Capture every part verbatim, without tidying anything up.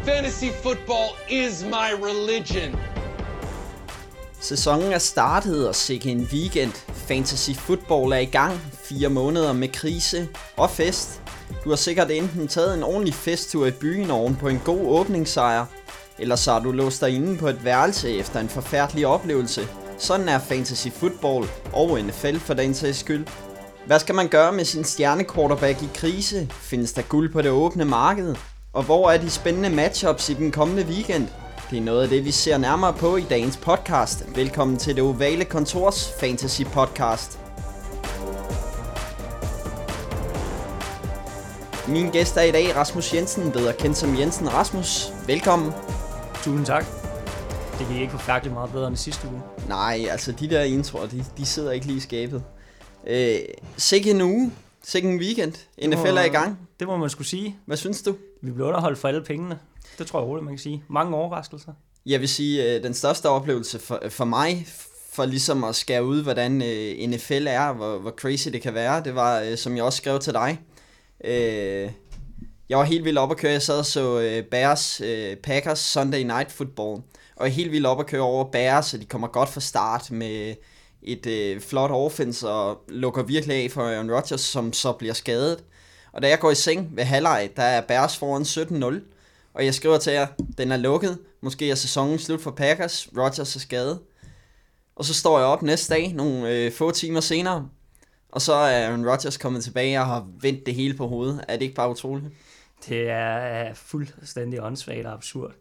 Fantasy football is my religion. Sæsonen er startet, og sikke en weekend. Fantasy football er i gang. Fire måneder med krise og fest. Du har sikkert enten taget en ordentlig festtur i byen oven på en god åbningssejr, eller så har du låst dig inde på et værelse efter en forfærdelig oplevelse. Sådan er fantasy football og N F L for den sags skyld. Hvad skal man gøre med sin stjernequarterback i krise? Findes der guld på det åbne marked? Og hvor er de spændende matchups i den kommende weekend? Det er noget af det, vi ser nærmere på i dagens podcast. Velkommen til det ovale kontors Fantasy Podcast. Min gæst er i dag Rasmus Jensen, bedre kendt som Jensen. Rasmus, velkommen. Tusind tak. Det gik ikke forfærdeligt meget bedre end sidste uge. Nej, altså de der introer, de, de sidder ikke lige i skabet. Øh, sikke en uge, sikke en weekend. N F L er i gang. Det må man skulle sige. Hvad synes du? Vi blev underholdt for alle pengene. Det tror jeg roligt, man kan sige. Mange overraskelser. Jeg vil sige, øh, den største oplevelse for, for mig, for ligesom at skære ud, hvordan øh, N F L er, hvor, hvor crazy det kan være, det var, øh, som jeg også skrev til dig. Øh, jeg var helt vildt op at køre. Jeg sad og så øh, Bears øh, Packers Sunday Night Football, og jeg er helt vildt op at køre over Bears, og de kommer godt fra start med et øh, flot offense og lukker virkelig af for Aaron Rodgers, som så bliver skadet. Og da jeg går i seng ved halvleg, der er Bears foran sytten nul, og jeg skriver til jer, den er lukket, måske er sæsonen slut for Packers, Rodgers er skadet. Og så står jeg op næste dag, nogle øh, få timer senere, og så er Aaron Rodgers kommet tilbage og har vendt det hele på hovedet. Er det ikke bare utroligt? Det er fuldstændig åndssvagt og absurd.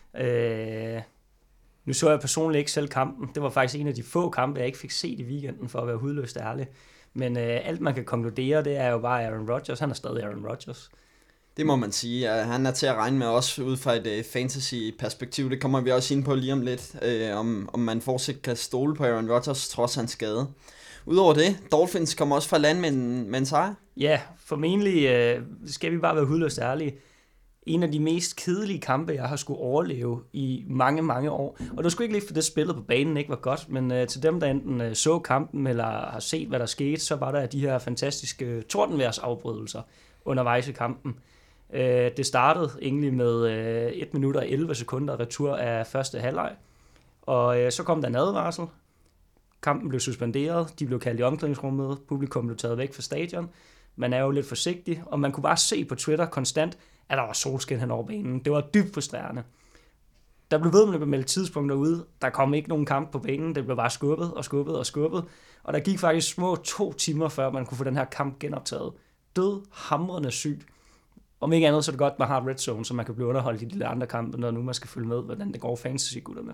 Øh, nu så jeg personligt ikke selv kampen. Det var faktisk en af de få kampe, jeg ikke fik set i weekenden, for at være hudløst ærlig. Men øh, alt man kan konkludere, det er jo bare Aaron Rodgers. Han er stadig Aaron Rodgers. Det må man sige. Han er til at regne med også ud fra et uh, fantasy-perspektiv. Det kommer vi også ind på lige om lidt, uh, om, om man fortsat kan stole på Aaron Rodgers trods hans skade. Udover det, Dolphins kommer også fra land med en, med en sejr. Ja, formentlig øh, skal vi bare være hudløst ærlige. En af de mest kedelige kampe, jeg har skulle overleve i mange, mange år. Og det var sgu ikke lige, for det spillet på banen ikke var godt, men øh, til dem, der enten øh, så kampen eller har set, hvad der skete, så var der de her fantastiske øh, tordenværsafbrydelser undervejs i kampen. Øh, det startede egentlig med øh, et minut og elleve sekunder retur af første halvleg, og øh, så kom der en advarsel. Kampen blev suspenderet, de blev kaldt i omklædningsrummet, publikum blev taget væk fra stadion. Man er jo lidt forsigtig, og man kunne bare se på Twitter konstant, at der var solskin hen over banen. Det var dybt frustrerende. Der blev ved med at melde tidspunkter ud. Der kom ikke nogen kamp på banen. Det blev bare skubbet og skubbet og skubbet. Og der gik faktisk små to timer, før man kunne få den her kamp genoptaget. Død, hamrende sygt. Om ikke andet, så er det godt, man har Red Zone, så man kan blive underholdt i de andre kampe, når nu man skal følge med, hvordan det går fantasy-gutterne.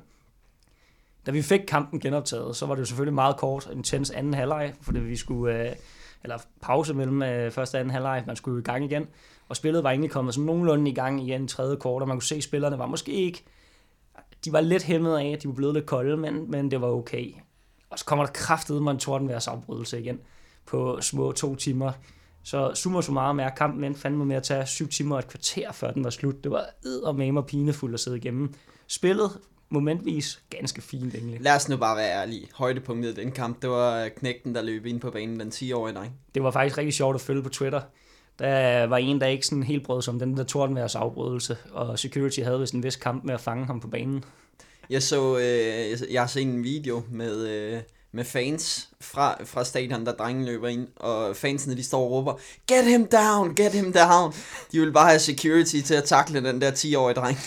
Da vi fik kampen genoptaget, så var det jo selvfølgelig meget kort og intens anden halvleg, fordi vi skulle, eller pause mellem første og anden halvleg, man skulle i gang igen, og spillet var egentlig kommet sådan nogenlunde i gang igen i tredje kvart, og man kunne se, at spillerne var måske ikke, de var lidt hæmmet af, at de var blevet lidt kolde, men, men det var okay. Og så kommer der kraftedeme en tordenværsafbrydelse igen på små to timer. Så summa summarum er kampen endte fandme med at tage syv timer og et kvarter, før den var slut. Det var eddermame og pinefuldt at sidde igennem. Spillet momentvis ganske fint egentlig. Lad os nu bare være ærlige. Højdepunktet i den kamp, det var knægten, der løb ind på banen, den ti-årige dreng. Det var faktisk rigtig sjovt at følge på Twitter. Der var en, der ikke sådan helt brød som den der tordenværsafbrydelse, og security havde vist en vis kamp med at fange ham på banen. Jeg så, øh, jeg har set en video med, øh, med fans fra, fra stadion, der drengen løber ind, og fansene de står og råber, get him down, get him down. De vil bare have security til at takle den der ti-årige dreng.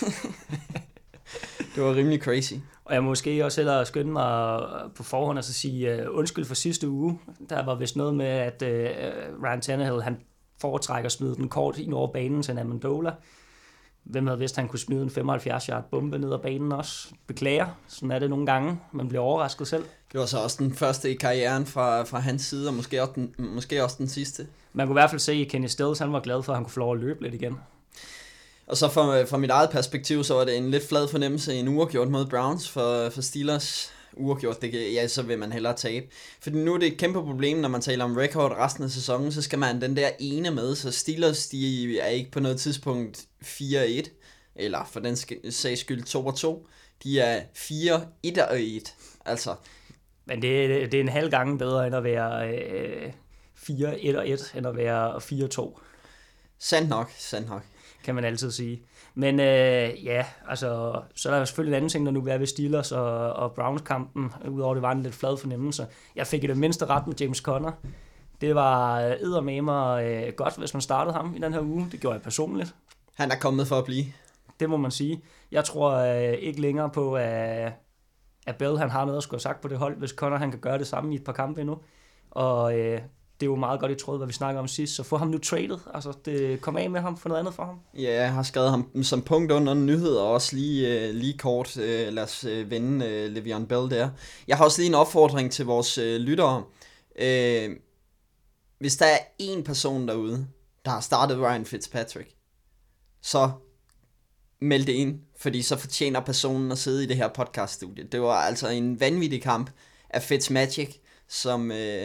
Det var rimelig crazy. Og jeg måske også hellere skynde mig på forhånd og så sige uh, undskyld for sidste uge. Der var vist noget med, at uh, Ryan Tannehill, han foretrækker at smide den kort ind over banen til Amendola. Hvem havde vidst, at han kunne smide en femoghalvfjerds yard bombe ned ad banen også? Beklager, sådan er det nogle gange. Man bliver overrasket selv. Det var så også den første i karrieren fra, fra hans side, og måske også, den, måske også den sidste. Man kunne i hvert fald se, at Kenny Stills, han var glad for, at han kunne få lov at løbe lidt igen. Og så fra, fra mit eget perspektiv, så var det en lidt flad fornemmelse, en uafgjort mod Browns for, for Steelers. Uafgjort, det, ja, så vil man hellere tabe. Fordi nu er det et kæmpe problem, når man taler om record resten af sæsonen, så skal man den der ene med, så Steelers, de er ikke på noget tidspunkt fire et, eller for den sags skyld to og to, de er fire et og et, altså. Men det, det er en halv gang bedre, end at være øh, fire et og et, end at være fire to. Sandt nok, sandt nok. kan man altid sige. Men øh, ja, altså, så er der selvfølgelig en anden ting, der nu er ved Steelers og, og Browns-kampen, udover det var en lidt flad fornemmelse. Jeg fik i det mindste ret med James Conner. Det var eddermame øh, godt, hvis man startede ham i den her uge. Det gjorde jeg personligt. Han er kommet for at blive. Det må man sige. Jeg tror øh, ikke længere på, at, at Bell han har noget at skulle have sagt på det hold, hvis Conner han kan gøre det samme i et par kampe endnu. Og øh, det er jo meget godt i tråd, hvad vi snakker om sidst, så få ham nu traded. Altså, det kom af med ham, for noget andet for ham. Ja, jeg har skrevet ham som punkt under nyheder, og også lige, øh, lige kort. Øh, lad os øh, vende øh, Le'Veon Bell der. Jeg har også lige en opfordring til vores øh, lyttere. Øh, hvis der er én person derude, der har startet Ryan Fitzpatrick, så meld det ind, fordi så fortjener personen at sidde i det her podcaststudie. Det var altså en vanvittig kamp af Fitzmagic, som øh,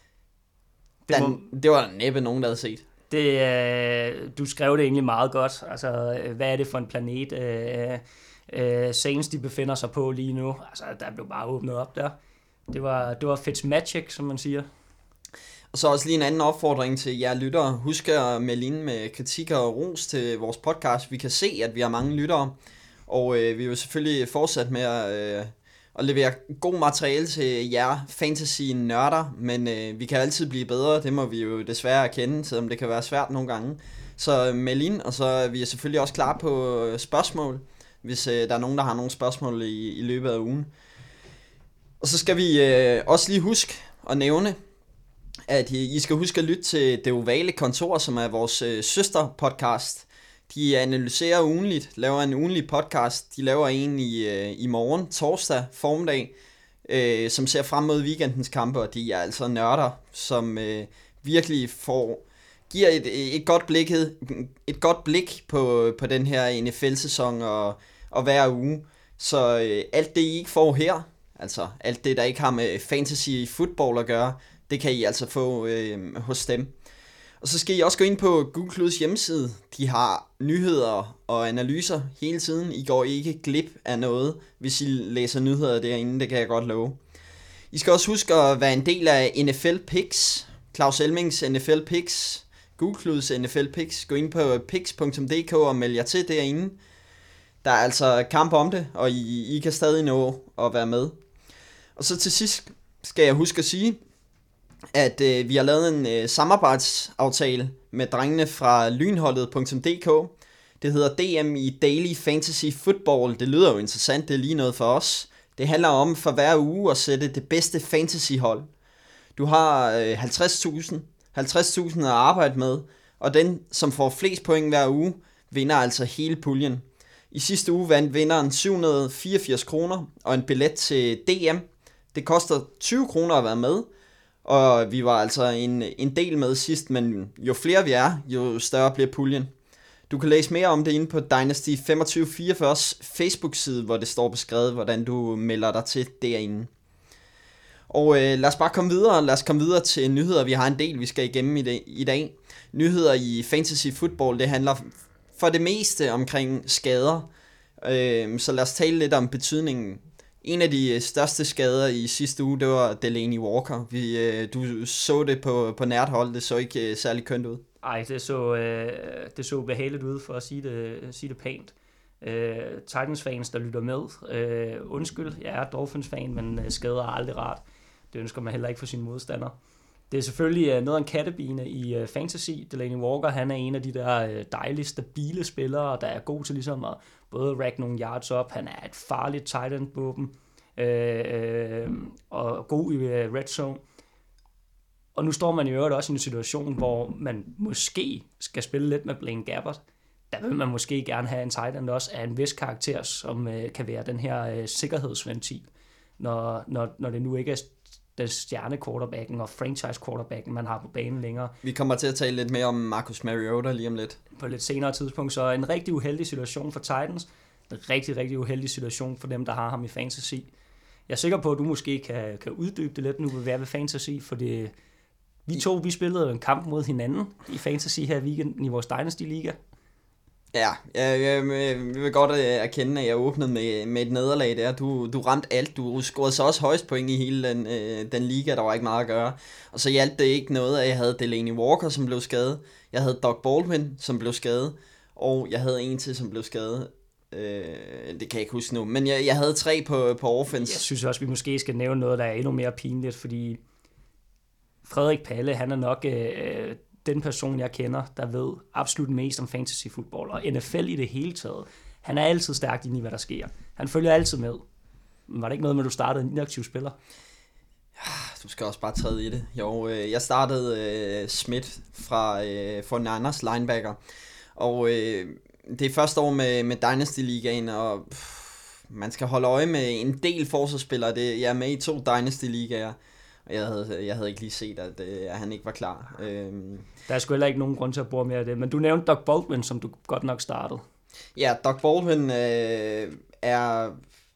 det, den, må, det var næppe nogen, der havde set. Det, øh, du skrev det egentlig meget godt. Altså, hvad er det for en planet, øh, øh, Saints de befinder sig på lige nu? Altså, der blev bare åbnet op der. Det var, det var Fitzmagic, som man siger. Og så også lige en anden opfordring til jer lyttere. Husk at melde ind med kritik og ros til vores podcast. Vi kan se, at vi har mange lyttere, og øh, vi vil selvfølgelig fortsætte med at, øh, at levere god materiale til jer fantasy-nørder, men øh, vi kan altid blive bedre. Det må vi jo desværre erkende, selvom det kan være svært nogle gange. Så meld ind, og så er vi selvfølgelig også klar på spørgsmål, hvis øh, der er nogen, der har nogle spørgsmål i, i løbet af ugen. Og så skal vi øh, også lige huske at nævne, at I skal huske at lytte til Det Ovale Kontor, som er vores øh, søsterpodcast. De analyserer ugenligt, laver en ugenlig podcast. De laver en i, øh, i morgen, torsdag formiddag, øh, som ser frem mod weekendens kampe, og de er altså nørder, som øh, virkelig får, giver et, et, godt blik, et godt blik på, på den her N F L-sæson og, og hver uge. Så øh, alt det, I ikke får her, altså alt det, der ikke har med fantasy football at gøre, det kan I altså få øh, hos dem. Og så skal I også gå ind på Google Clouds hjemmeside. De har nyheder og analyser hele tiden. I går ikke glip af noget, hvis I læser nyheder derinde, det kan jeg godt love. I skal også huske at være en del af N F L Picks. Claus Elmings N F L Picks. Google Clouds N F L Picks. Gå ind på picks punktum d k og meld jer til derinde. Der er altså kamp om det, og I, I kan stadig nå at være med. Og så til sidst skal jeg huske at sige, at øh, vi har lavet en øh, samarbejdsaftale med drengene fra lynholdet punktum d k. Det hedder D M i Daily Fantasy Football. Det lyder jo interessant, det er lige noget for os. Det handler om for hver uge at sætte det bedste fantasyhold. Du har øh, halvtreds tusind halvtreds tusind at arbejde med, og den, som får flest point hver uge, vinder altså hele puljen. I sidste uge vandt vinderen syv hundrede og fireogfirs kroner og en billet til D M. Det koster tyve kroner at være med, og vi var altså en, en del med sidst, men jo flere vi er, jo større bliver puljen. Du kan læse mere om det inde på Dynasty femogtyve fireogfyrres Facebook-side, hvor det står beskrevet, hvordan du melder dig til derinde. Og øh, lad os bare komme videre. Lad os komme videre til nyheder. Vi har en del, vi skal igennem i, det, i dag. Nyheder i fantasy football, det handler for det meste omkring skader. Øh, så lad os tale lidt om betydningen. En af de største skader i sidste uge, det var Delaney Walker. Vi, øh, du så det på, på nært hold, det så ikke øh, særlig kønt ud. Ej, det så, øh, det så behageligt ud, for at sige det, sige det pænt. Øh, Titans-fans, der lytter med, øh, undskyld, jeg er Dolphins-fan, men øh, skader er aldrig rart. Det ønsker man heller ikke for sine modstandere. Det er selvfølgelig øh, noget af en kattebine i øh, fantasy. Delaney Walker, han er en af de der øh, dejlige, stabile spillere, der er god til ligesom at både rack nogle yards op. Han er et farligt tight end-våben, øh, øh, og god i øh, red zone. Og nu står man i øvrigt også i en situation, hvor man måske skal spille lidt med Blaine Gabbert. Der vil man måske gerne have en tight end også af en vis karakter, som øh, kan være den her øh, sikkerhedsventil, når, når, når det nu ikke er den stjerne-quarterbacken og franchise-quarterbacken, man har på banen længere. Vi kommer til at tale lidt mere om Marcus Mariota lige om lidt. På et lidt senere tidspunkt, så en rigtig uheldig situation for Titans. En rigtig, rigtig uheldig situation for dem, der har ham i fantasy. Jeg er sikker på, at du måske kan, kan uddybe det lidt nu ved ved fantasy, for det, vi to, vi spillede en kamp mod hinanden i fantasy her i weekenden i vores Dynasty-liga. Ja, jeg, jeg, jeg vil godt erkende, at jeg åbnede med, med et nederlag der. Du, du ramte alt. Du scorede så også højst point i hele den, øh, den liga, der var ikke meget at gøre. Og så hjalp det ikke noget, at jeg havde Delaney Walker, som blev skadet. Jeg havde Doug Baldwin, som blev skadet. og jeg havde en til, som blev skadet. Øh, det kan jeg ikke huske nu, men jeg, jeg havde tre på, på offense. Jeg synes også, vi måske skal nævne noget, der er endnu mere pinligt, fordi Frederik Palle, han er nok øh, den person, jeg kender, der ved absolut mest om fantasy-fodbold, og N F L i det hele taget. Han er altid stærkt inde i, hvad der sker. Han følger altid med. Var det ikke noget med, at du startede en inaktiv spiller? Du skal også bare træde i det. Jo, øh, jeg startede øh, Smith fra øh, forty-niners linebacker, og øh, det er første år med, med Dynasty-ligaen, og pff, man skal holde øje med en del forsvarsspillere. Det, jeg er med i to Dynasty-ligaer, og jeg havde, jeg havde ikke lige set, at, at han ikke var klar. Øhm. Der er sgu heller ikke nogen grund til at bruge mere af det, men du nævnte Doug Baldwin, som du godt nok startede. Ja, Doug Baldwin øh, er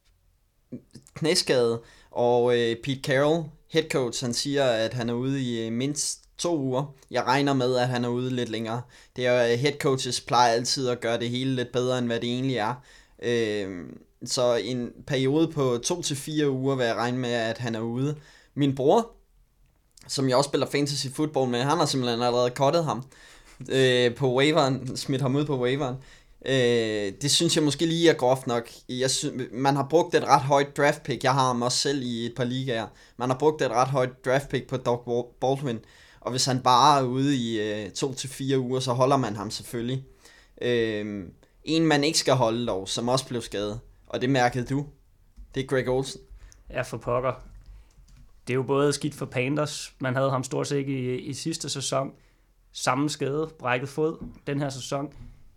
knæskadet, og øh, Pete Carroll, head coach, han siger, at han er ude i øh, mindst to uger. Jeg regner med, at han er ude lidt længere. Det er head coaches plejer altid at gøre det hele lidt bedre, end hvad det egentlig er. Øh, så en periode på to til fire uger vil jeg regne med, at han er ude. Min bror, som jeg også spiller fantasy football med, han har simpelthen allerede cuttet ham øh, på waiveren, smidt ham ud på waiveren. Øh, det synes jeg måske lige er groft nok. Jeg synes, man har brugt et ret højt draft pick. Jeg har ham også selv i et par ligaer. Man har brugt et ret højt draft pick på Doug Baldwin, og hvis han bare er ude i øh, to til fire uger, så holder man ham selvfølgelig. Øh, en man ikke skal holde dog, som også blev skadet, og det mærkede du, det er Greg Olsen. Ja, for pokker. Det er jo både skidt for Panthers. Man havde ham stort set i, i sidste sæson. Samme skade, brækket fod den her sæson.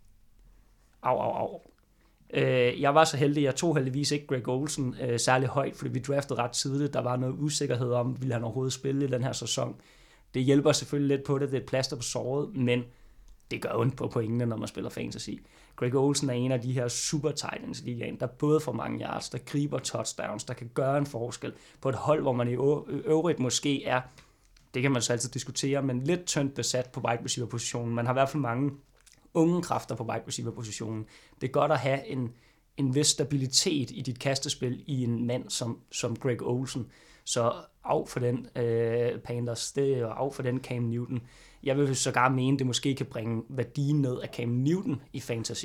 Au, au, au. Øh, jeg var så heldig, jeg tog heldigvis ikke Greg Olsen øh, særlig højt, fordi vi draftede ret tidligt. Der var noget usikkerhed om, ville han overhovedet spille i den her sæson. Det hjælper selvfølgelig lidt på det, det er et plaster på såret, men det gør ondt på pointene, når man spiller fantasy. Greg Olsen er en af de her super tight ends ligaen, der både får mange yards, der griber touchdowns, der kan gøre en forskel på et hold, hvor man i øvrigt måske er, det kan man så altid diskutere, men lidt tyndt besat på wide receiver positionen. Man har i hvert fald mange unge kræfter på wide receiver positionen. Det er godt at have en, en vis stabilitet i dit kastespil i en mand som, som Greg Olsen. Så af for den øh, Panthers, det er af for den Cam Newton. Jeg vil sågar mene, det måske kan bringe værdien ned af Cam Newton i fantasy.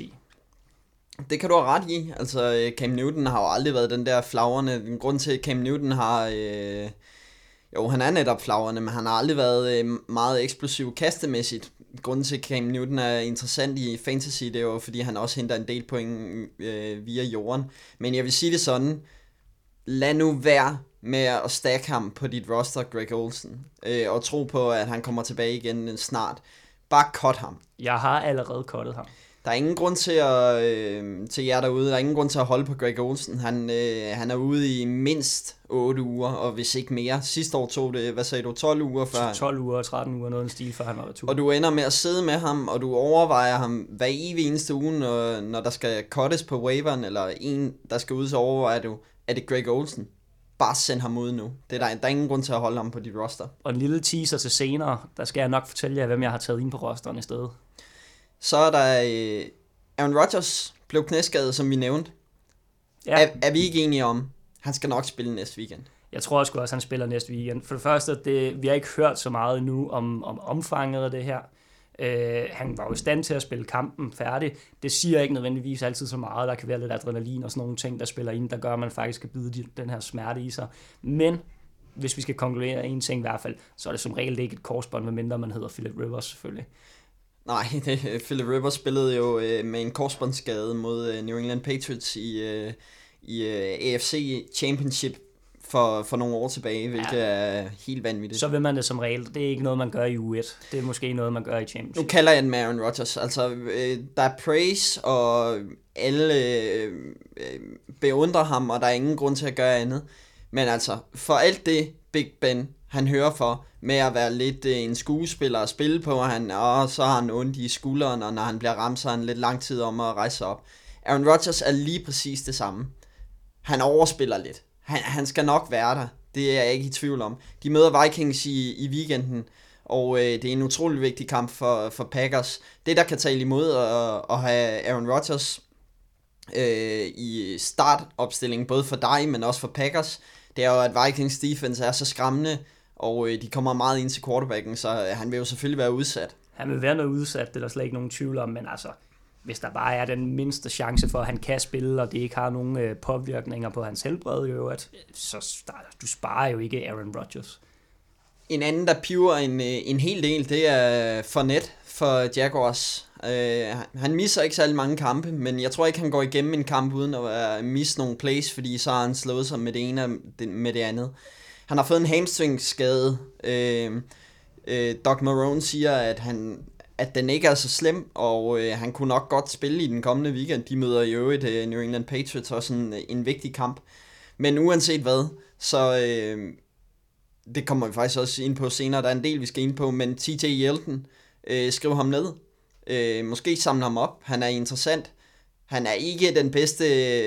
Det kan du have ret i. Altså, Cam Newton har jo aldrig været den der flagrende. En grund til, at Cam Newton har... Øh, jo, han er netop flagrende, men han har aldrig været øh, meget eksplosiv kastemæssigt. Grunden til, at Cam Newton er interessant i fantasy, det er jo, fordi han også henter en del point øh, via jorden. Men jeg vil sige det sådan, lad nu være med at stack ham på dit roster, Greg Olsen, øh, og tro på, at han kommer tilbage igen snart. Bare cut ham. Jeg har allerede cuttet ham. Der er ingen grund til, at, øh, til jer derude, der er ingen grund til at holde på Greg Olsen. Han, øh, han er ude i mindst otte uger, og hvis ikke mere. Sidste år tog det, hvad sagde du, tolv uger før? tolv uger og tretten uger, noget en stil, før han var retur. Og du ender med at sidde med ham, og du overvejer ham hver evig eneste uge, når, når der skal cuttes på waiveren, eller en, der skal ud, så overvejer du, er det Greg Olsen? Bare send ham ud nu. Det er der, der er ingen grund til at holde ham på dit roster. Og en lille teaser til senere, der skal jeg nok fortælle jer, hvem jeg har taget ind på rosteren i stedet. Så er der øh, Aaron Rodgers blev knæskadet, som vi nævnte. Ja. Er, er vi ikke enige om, han skal nok spille næste weekend? Jeg tror også, at han spiller næste weekend. For det første, det, vi har ikke hørt så meget endnu om, om omfanget af det her. Uh, han var jo i stand til at spille kampen færdig. Det siger ikke nødvendigvis altid så meget. Der kan være lidt adrenalin og sådan nogle ting, der spiller ind, der gør, at man faktisk kan bide den her smerte i sig. Men hvis vi skal konkludere en ting i hvert fald, så er det som regel ikke et korsbånd, medmindre man hedder Philip Rivers selvfølgelig. Nej, det, Philip Rivers spillede jo øh, med en korsbåndsskade mod øh, New England Patriots i, øh, i øh, A F C Championship for, for nogle år tilbage, hvilket ja. er helt vanvittigt. Så vil man det som regel. Det er ikke noget, man gør i U et. Det er måske noget, man gør i Championship. Nu kalder jeg den med Aaron Rodgers. Altså, øh, der er praise, og alle øh, beundrer ham, og der er ingen grund til at gøre andet. Men altså, for alt det, Big Ben, han hører for, med at være lidt øh, en skuespiller at spille på, han, og så har han ondt i skulderen, og når han bliver ramt, så har han lidt lang tid om at rejse sig op. Aaron Rodgers er lige præcis det samme. Han overspiller lidt. Han, han skal nok være der. Det er jeg ikke i tvivl om. De møder Vikings i, i weekenden, og øh, det er en utrolig vigtig kamp for, for Packers. Det, der kan tale imod at, at have Aaron Rodgers øh, i startopstillingen, både for dig, men også for Packers, det er jo, at Vikings defense er så skræmmende, og øh, de kommer meget ind til quarterbacken, så han vil jo selvfølgelig være udsat. Han vil være noget udsat, det er der slet ikke nogen tvivl om, men altså, hvis der bare er den mindste chance for, at han kan spille, og det ikke har nogen øh, påvirkninger på hans helbred, jo, at, så der, du sparer jo ikke Aaron Rodgers. En anden, der piver en, en hel del, det er Fournette for Jaguars. Uh, han misser ikke særlig mange kampe, men jeg tror ikke, han går igennem en kamp uden at uh, misse nogle plays, fordi så har han slået sig med det ene og det, med det andet. Han har fået en hamstringskade. Uh, uh, Doc Marrone siger, at, han, at den ikke er så slem, og uh, han kunne nok godt spille i den kommende weekend. De møder i øvrigt uh, New England Patriots, også en, en vigtig kamp. Men uanset hvad, så... Uh, det kommer vi faktisk også ind på senere. Der er en del, vi skal ind på, men T J Yeldon, øh, skriv ham ned. Øh, måske samle ham op. Han er interessant. Han er ikke den bedste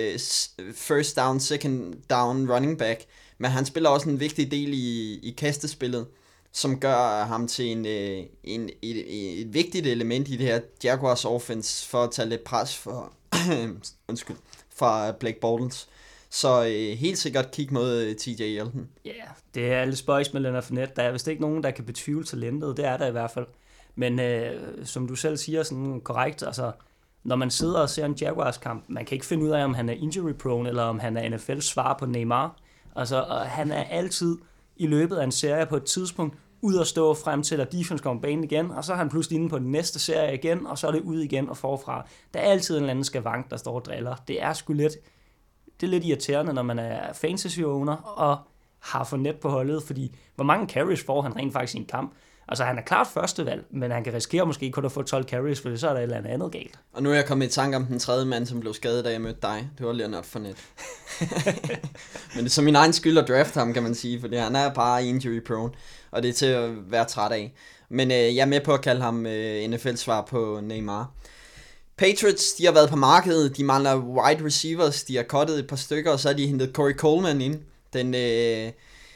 first down, second down running back, men han spiller også en vigtig del i, i kastespillet, som gør ham til en, en, en, et, et vigtigt element i det her Jaguars offense, for at tage lidt pres for, undskyld, fra Blake Bortles. Så øh, helt sikkert kig mod øh, T J Yeldon. Ja, yeah, det er lidt spøjs med Leonard Fournette. Der er vist ikke nogen, der kan betvivle talentet. Det er der i hvert fald. Men øh, som du selv siger sådan korrekt, altså, når man sidder og ser en Jaguars-kamp, man kan ikke finde ud af, om han er injury-prone, eller om han er N F L's svar på Neymar. Altså, og han er altid i løbet af en serie på et tidspunkt ud at stå frem til, at defense kommer banen igen, og så er han pludselig inde på den næste serie igen, og så er det ud igen og forfra. Der er altid en eller anden skavank, der står og driller. Det er sgu lidt... Det er lidt irriterende, når man er fantasy-owner og har Fournette på holdet, fordi hvor mange carries får han rent faktisk i en kamp? Altså, han er klart førstevalg, men han kan risikere måske kun at få tolv carries, for så er der et eller andet, andet galt. Og nu er jeg kommet i tanke om den tredje mand, som blev skadet, da jeg mødte dig. Det var Leonard Fournette. Men det er så min egen skyld at drafte ham, kan man sige, fordi han er bare injury prone, og det er til at være træt af. Men øh, jeg er med på at kalde ham øh, N F L-svar på Neymar. Patriots, de har været på markedet, de mangler wide receivers, de har cuttet et par stykker, og så har de hentet Corey Coleman ind. Den, øh,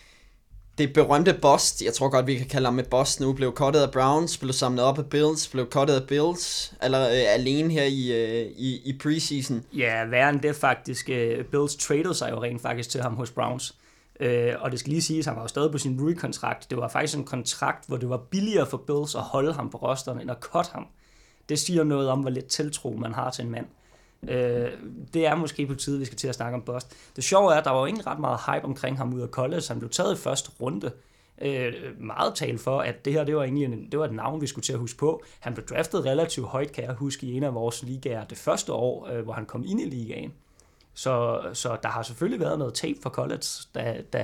det berømte bust, jeg tror godt, vi kan kalde ham et bust nu, blev cuttet af Browns, blev samlet op af Bills, blev cuttet af Bills, eller øh, alene her i, øh, i, i preseason. Ja, værre end det faktisk. Uh, Bills traded sig jo rent faktisk til ham hos Browns. Uh, og det skal lige siges, at han var jo stadig på sin rookie-kontrakt. Det var faktisk en kontrakt, hvor det var billigere for Bills at holde ham på rosteren, end at cut ham. Det siger noget om, hvor lidt tiltro man har til en mand. Øh, det er måske på tide, vi skal til at snakke om bust. Det sjove er, at der var jo ikke ret meget hype omkring ham ud af college. Han blev taget i første runde. Øh, meget talt for, at det her det var egentlig en, det var et navn, vi skulle til at huske på. Han blev draftet relativt højt, kan jeg huske, i en af vores ligaer det første år, øh, hvor han kom ind i ligaen. Så, så der har selvfølgelig været noget tape for college, der, der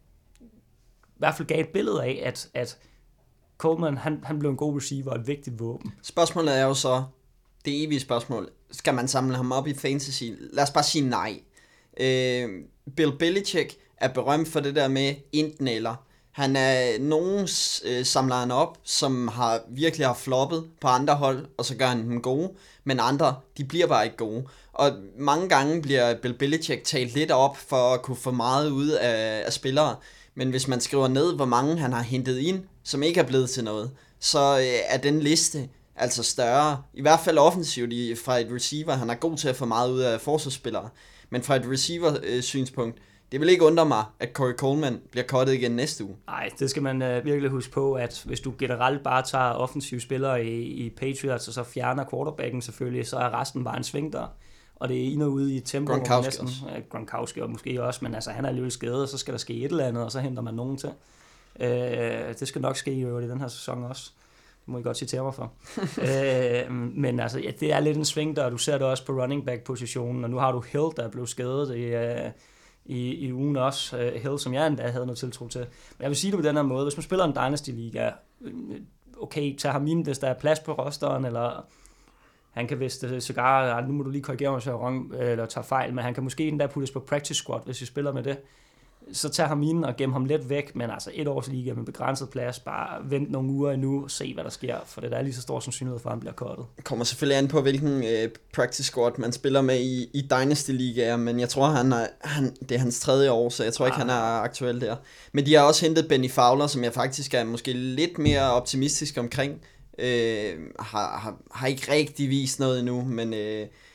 i hvert fald gav et billede af, at, at Coleman, han, han blev en god receiver og et vigtigt våben. Spørgsmålet er jo så, det evige spørgsmål, skal man samle ham op i fantasy? Lad os bare sige nej. Øh, Bill Belichick er berømt for det der med enten eller. Han er nogen øh, samler han op, som har virkelig har floppet på andre hold, og så gør han dem gode, men andre, de bliver bare ikke gode. Og mange gange bliver Bill Belichick talt lidt op for at kunne få meget ud af, af spillere, men hvis man skriver ned, hvor mange han har hentet ind, som ikke er blevet til noget, så øh, er den liste altså større. I hvert fald offensivt fra et receiver. Han er god til at få meget ud af forsvarsspillere. Men fra et receiver-synspunkt, det vil ikke undre mig, at Corey Coleman bliver cuttet igen næste uge. Nej, det skal man øh, virkelig huske på, at hvis du generelt bare tager offensive spillere i, i Patriots, og så fjerner quarterbacken selvfølgelig, så er resten bare en sving der. Og det er ind og ude i et tempo, Gronkowski næsten, øh, Gronkowski og måske også, men altså han er alligevel skadet, og så skal der ske et eller andet, og så henter man nogen til. Øh, det skal nok ske i øvrigt i den her sæson også. Det må I godt citere mig for. øh, men altså, ja, det er lidt en sving der, du ser det også på running back positionen, og nu har du Hill, der er blevet skadet i, uh, i, i ugen også. Uh, Hill, som jeg endda havde noget tiltro til. Men jeg vil sige det på den her måde, hvis man spiller en Dynasty-liga, okay, tag ham ind, hvis der er plads på rosteren, eller han kan vist sågar, nu må du lige korrigere mig, så jeg wrong, eller tager fejl, men han kan måske endda puttes på practice squad, hvis vi spiller med det. Så tag ham ind og gem ham lidt væk, men altså et års liga med begrænset plads, bare vent nogle uger endnu og se, hvad der sker, for det der er lige så stor sandsynlighed for, at han bliver cuttet. Det kommer selvfølgelig an på, hvilken øh, practice squad man spiller med i, i Dynasty-ligaer, men jeg tror, han er, han, det er hans tredje år, så jeg tror ikke, ah. han er aktuel der. Men de har også hentet Benny Fowler, som jeg faktisk er måske lidt mere optimistisk omkring. Øh, har, har, har ikke rigtig vist noget endnu, men øh,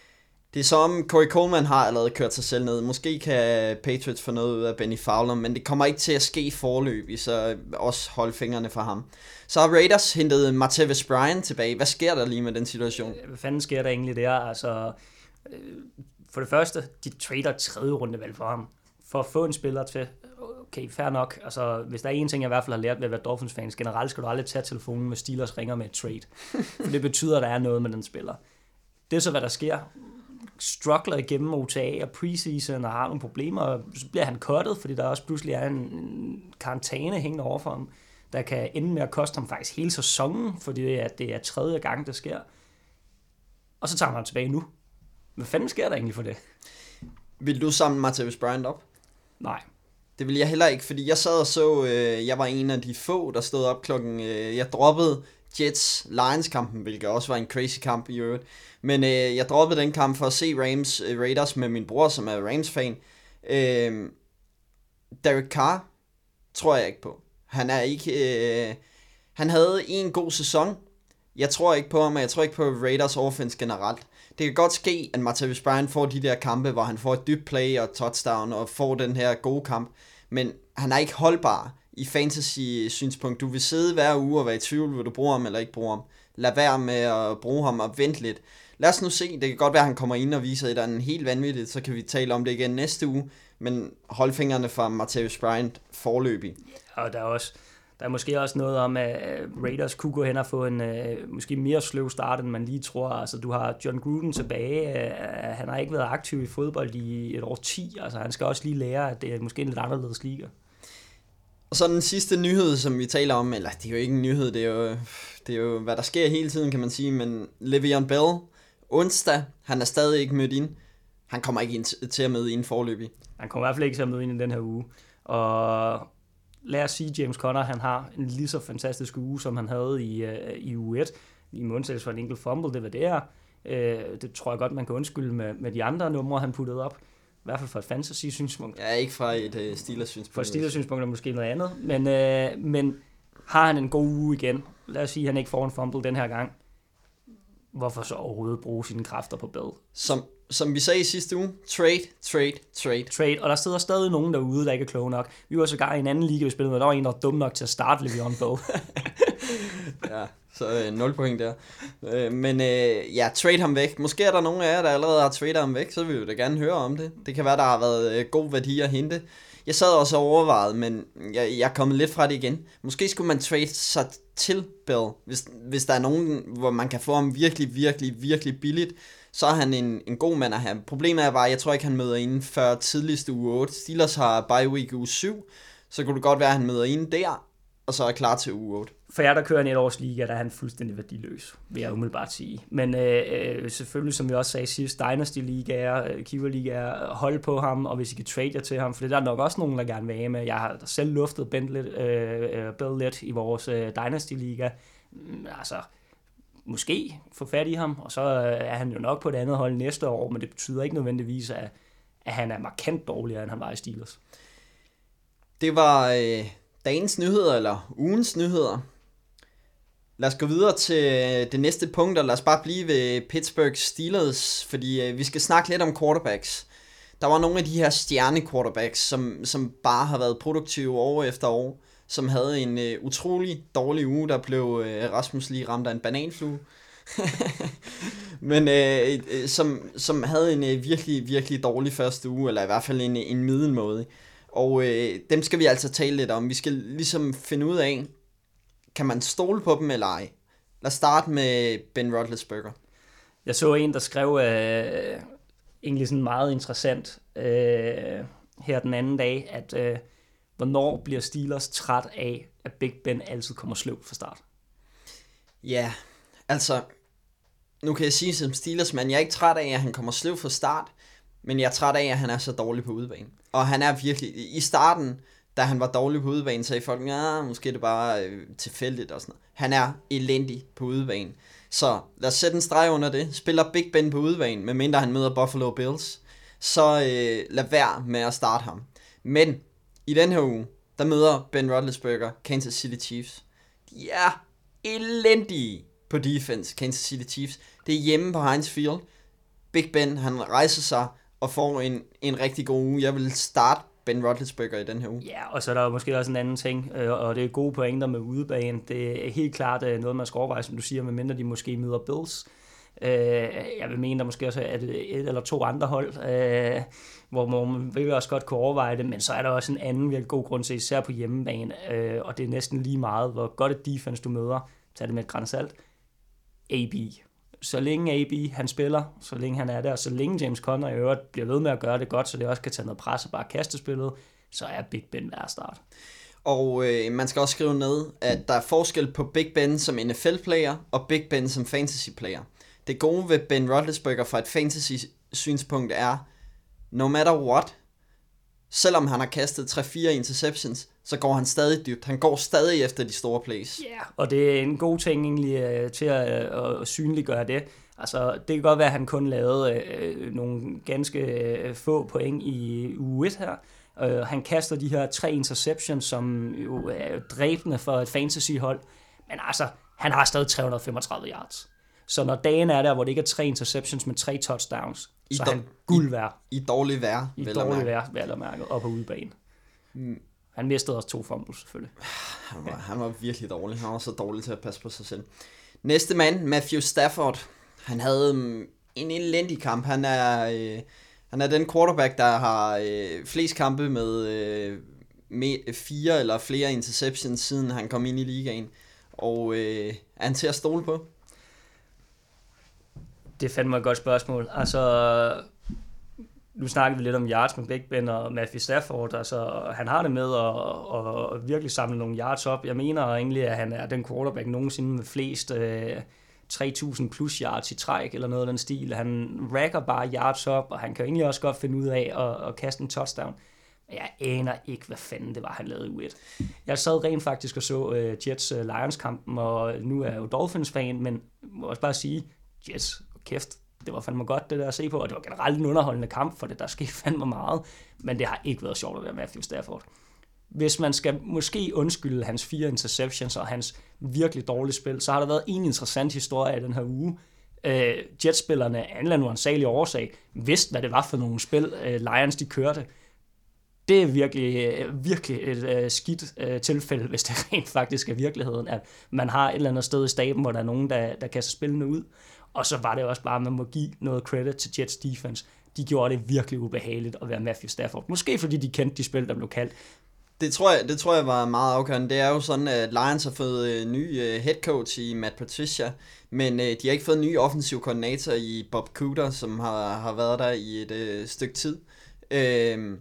Det er som Corey Coleman har allerede kørt sig selv ned. Måske kan Patriots få noget ud af Benny Fowler, men det kommer ikke til at ske forløb, så også hold fingrene for ham. Så har Raiders hentet Martavis Bryant tilbage. Hvad sker der lige med den situation? Hvad fanden sker der egentlig der? Altså, for det første, de trader tredje rundevalg for ham. For at få en spiller til, okay, fair nok. Altså, hvis der er en ting, jeg i hvert fald har lært ved at være Dolphins-fans, generelt skal du aldrig tage telefonen, hvis Steelers ringer med et trade. For det betyder, at der er noget med den spiller. Det er så, hvad der sker. Struggler igennem O T A og preseason og har nogle problemer, og så bliver han cuttet, fordi der også pludselig er en karantæne hængende over for ham, der kan ende med at koste ham faktisk hele sæsonen, fordi det er, det er tredje gang, det sker. Og så tager man ham tilbage nu. Hvad fanden sker der egentlig for det? Vil du samle Martavis Bryant op? Nej. Det vil jeg heller ikke, fordi jeg sad og så, øh, jeg var en af de få, der stod op klokken, øh, jeg droppede Jets-Lions-kampen, hvilket også var en crazy kamp i øvrigt. Men øh, jeg droppede den kamp for at se Rams øh, Raiders med min bror, som er Rams-fan. Øh, Derek Carr tror jeg ikke på. Han er ikke... Øh, han havde en god sæson. Jeg tror ikke på ham, og jeg tror ikke på Raiders offense generelt. Det kan godt ske, at Martavis Bryant får de der kampe, hvor han får et dybt play og touchdown, og får den her gode kamp. Men han er ikke holdbar i fantasy-synspunkt. Du vil sidde hver uge og være i tvivl, vil du bruge ham eller ikke bruge ham. Lad være med at bruge ham og vente lidt. Lad os nu se, det kan godt være, at han kommer ind og viser et eller andet helt vanvittigt, så kan vi tale om det igen næste uge. Men hold fingrene fra Martavis Bryant forløbig. Og der er også... Der er måske også noget om, at Raiders kunne gå hen og få en uh, måske mere sløv start, end man lige tror. Altså, du har John Gruden tilbage. Uh, han har ikke været aktiv i fodbold i et år ti. Altså, han skal også lige lære, at det er måske en lidt anderledes liga. Og så den sidste nyhed, som vi taler om, eller det er jo ikke en nyhed, det er jo, det er jo hvad der sker hele tiden, kan man sige, men Le'Veon Bell, onsdag, han er stadig ikke mødt ind. Han kommer ikke ind til at møde ind forløbig. Han kommer i hvert fald ikke til at møde ind i den her uge. Og lad os sige, James Conner, han har en lige så fantastisk uge, som han havde i, uh, i uge et. I undtagelse for en enkelt fumble, det var det her. Uh, det tror jeg godt, man kan undskylde med, med de andre numre, han puttede op. I hvert fald fra et fantasy-synspunkt. Ja, ikke fra et uh, Steelers-synspunkt. Fra et Steelers-synspunkt er måske noget andet. Men, uh, men har han en god uge igen, lad os sige, at han ikke får en fumble den her gang, hvorfor så overhovedet bruge sine kræfter på Bell? Som, som vi sagde i sidste uge, trade, trade, trade. Trade, og der sidder stadig nogen derude, der ikke er kloge nok. Vi var sågar i en anden liga, vi spillede med, der var en, der var dum nok til at starte Le'Veon Bell. Ja, så øh, nul point der. Øh, men øh, ja, trade ham væk. Måske er der nogen af jer, der allerede har tradet ham væk, så vil vi da gerne høre om det. Det kan være, der har været øh, god værdi at hente. Jeg sad også og overvejede, men jeg, jeg er kommet lidt fra det igen. Måske skulle man trade sig til Bell, hvis, hvis der er nogen, hvor man kan få ham virkelig, virkelig, virkelig billigt. Så er han en, en god mand at have. Problemet er bare, jeg tror ikke, han møder inden før tidligste uge otte. Steelers har bye week uge syv, så kunne det godt være, at han møder inden der, og så er klar til uge otte. For jer, der kører en et års liga, der er han fuldstændig værdiløs, vil jeg umiddelbart sige. Men øh, selvfølgelig, som vi også sagde sidst, Dynasty Ligaer, Keeper Ligaer, hold på ham, og hvis I kan trade jer til ham, for det er der nok også nogen, der gerne vil have med. Jeg har selv luftet Bell lidt, øh, Bell lidt i vores øh, Dynasty Liga. Altså, måske få fat i ham, og så er han jo nok på et andet hold næste år, men det betyder ikke nødvendigvis, at, at han er markant dårligere, end han var i Steelers. Det var øh, dagens nyheder, eller ugens nyheder. Lad os gå videre til det næste punkt, og lad os bare blive ved Pittsburgh Steelers, fordi øh, vi skal snakke lidt om quarterbacks. Der var nogle af de her stjerne quarterbacks, som, som bare har været produktive år efter år, som havde en øh, utrolig dårlig uge, der blev øh, Rasmus lige ramt af en bananflue. Men øh, øh, som, som havde en øh, virkelig, virkelig dårlig første uge, eller i hvert fald en, en middelmåde. Og øh, dem skal vi altså tale lidt om. Vi skal ligesom finde ud af, kan man stole på dem eller ej? Lad os starte med Ben Roethlisberger. Jeg så en, der skrev øh, egentlig sådan meget interessant øh, her den anden dag, at øh, hvornår bliver Steelers træt af, at Big Ben altid kommer sløvt fra start? Ja, altså, nu kan jeg sige som Steelers, men jeg er ikke træt af, at han kommer sløvt fra start, men jeg er træt af, at han er så dårlig på udebane. Og han er virkelig, i starten, da han var dårlig på udebane, sagde folk, ja, måske er det bare øh, tilfældigt og sådan noget. Han er elendig på udebane. Så lad os sætte en streg under det. Spiller Big Ben på udebane, medmindre han møder Buffalo Bills, så øh, lad være med at starte ham. Men i den her uge, der møder Ben Roethlisberger Kansas City Chiefs. De er elendige på defense, Kansas City Chiefs. Det er hjemme på Heinz Field. Big Ben, han rejser sig og får en, en rigtig god uge. Jeg vil starte Ben Roethlisberger i den her uge. Ja, og så er der måske også en anden ting, og det er gode pointer med udebane. Det er helt klart noget, man skal overveje, som du siger, medmindre de måske møder Bills. Jeg vil mene, der måske også er et eller to andre hold, hvor man vil også godt kunne overveje det, men så er der også en anden virkelig god grund til, især på hjemmebane, og det er næsten lige meget, hvor godt et defense du møder. Tag det med et gran salt. A B. Så længe A B han spiller, så længe han er der, så længe James Conner i øvrigt bliver ved med at gøre det godt, så det også kan tage noget pres og bare kaste spillet, så er Big Ben værd at starte. Og øh, man skal også skrive ned, at der er forskel på Big Ben som N F L-player og Big Ben som fantasy-player. Det gode ved Ben Roethlisberger fra et fantasy-synspunkt er, no matter what, selvom han har kastet tre fire interceptions, så går han stadig dybt. Han går stadig efter de store plays. Ja, yeah, og det er en god ting egentlig uh, til at, uh, at synliggøre det. Altså, det kan godt være, at han kun lavede uh, nogle ganske uh, få point i uge et her. Uh, han kaster de her tre interceptions, som jo er dræbende for et fantasy-hold. Men altså, han har stadig tre hundrede og femogtredive yards. Så når dagen er der, hvor det ikke er tre interceptions, men tre touchdowns, I så er han guld værd. I, i dårlig vejr. I dårlig vejr, vel at mærke, og på udebane. Mm. Han mistede også to fumbles, selvfølgelig. Han var, han var virkelig dårlig. Han var så dårlig til at passe på sig selv. Næste mand, Matthew Stafford. Han havde um, en elendig kamp. Han er, øh, han er den quarterback, der har øh, flest kampe med, øh, med fire eller flere interceptions, siden han kom ind i ligaen. Og øh, er han til at stole på? Det er fandme et godt spørgsmål. Altså, nu snakkede vi lidt om yards med Big Ben og Matthew Stafford. Altså, han har det med at, at virkelig samle nogle yards op. Jeg mener egentlig, at han er den quarterback nogensinde med flest øh, tre tusind plus yards i træk, eller noget af den stil. Han racker bare yards op, og han kan egentlig også godt finde ud af at, at kaste en touchdown. Men jeg aner ikke, hvad fanden det var, han lavede i uge et. Jeg sad rent faktisk og så uh, Jets-Lions-kampen, og nu er jeg jo Dolphins-fan, men må også bare sige, Jets, kæft, det var fandme godt det der at se på, og det var generelt en underholdende kamp, for det der skete fandme meget, men det har ikke været sjovt at være Matthew Stafford. Hvis man skal måske undskylde hans fire interceptions og hans virkelig dårlige spil, så har der været en interessant historie i den her uge. Uh, Jets-spillerne af en eller anden uansagelig årsag vidste, hvad det var for nogle spil, uh, Lions de kørte. Det er virkelig, virkelig et uh, skidt uh, tilfælde, hvis det rent faktisk er virkeligheden, at man har et eller andet sted i staben, hvor der er nogen, der, der kaster spillene ud. Og så var det også bare, at man må give noget credit til Jets defense. De gjorde det virkelig ubehageligt at være Matthew Stafford. Måske fordi de kendte de spil, der blev kaldt. Det tror jeg, det tror jeg var meget afgørende. Det er jo sådan, at Lions har fået en ny head coach i Matt Patricia, men de har ikke fået en ny offensiv koordinator i Bob Cooter, som har, har været der i et øh, stykke tid. Øhm,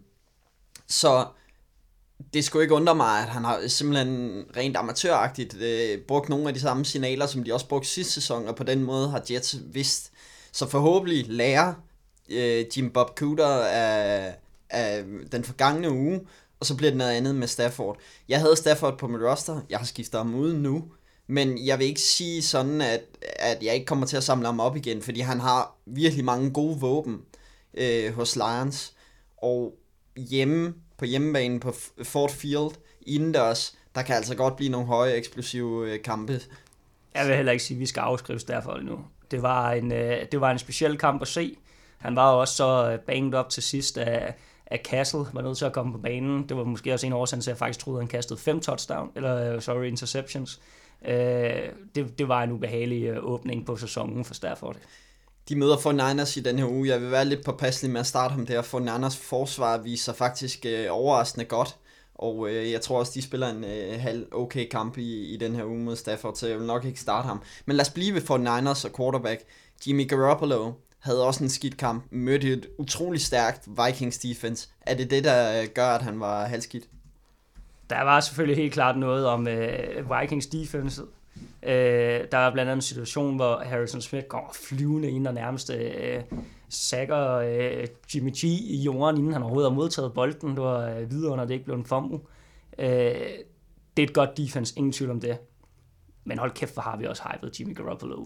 så det skulle ikke undre mig, at han har simpelthen rent amatøragtigt øh, brugt nogle af de samme signaler, som de også brugte sidste sæson, og på den måde har Jets vidst. Så forhåbentlig lærer øh, Jim Bob Cooter af, af den forgangne uge, og så bliver det noget andet med Stafford. Jeg havde Stafford på mit roster, jeg har skiftet ham ud nu, men jeg vil ikke sige sådan, at, at jeg ikke kommer til at samle ham op igen, fordi han har virkelig mange gode våben øh, hos Lions, og hjemme på hjemmebane på Ford Field indendørs, der kan altså godt blive nogle høje eksplosive øh, kampe. Jeg vil heller ikke sige, at vi skal afskrive Stafford nu. Det var en, øh, det var en speciel kamp at se. Han var også så banged op til sidst af, af Castle, var nødt til at komme på banen. Det var måske også en årsag, så jeg faktisk troede, at han kastede fem touchdown, eller sorry, interceptions. Øh, det, det var en ubehagelig åbning på sæsonen for Stafford. De møder forty-niners i den her uge. Jeg vil være lidt påpasselig med at starte ham der. forty-niners forsvar viser faktisk øh, overraskende godt, og øh, jeg tror også, de spiller en øh, halv okay kamp i, i den her uge mod Stafford, så jeg vil nok ikke starte ham. Men lad os blive ved forty-niners og quarterback. Jimmy Garoppolo havde også en skidt kamp, mødte et utrolig stærkt Vikings defense. Er det det, der øh, gør, at han var halvskidt? Der var selvfølgelig helt klart noget om øh, Vikings defense. Øh, der var blandt andet en situation, hvor Harrison Smith kommer flyvende ind og nærmest øh, sakker øh, Jimmy G i jorden, inden han overhovedet har modtaget bolden. Det var øh, videre, når det ikke blev en fumble. Øh, det er et godt defense, ingen tvivl om det. Men hold kæft, hvor har vi også hypet Jimmy Garoppolo.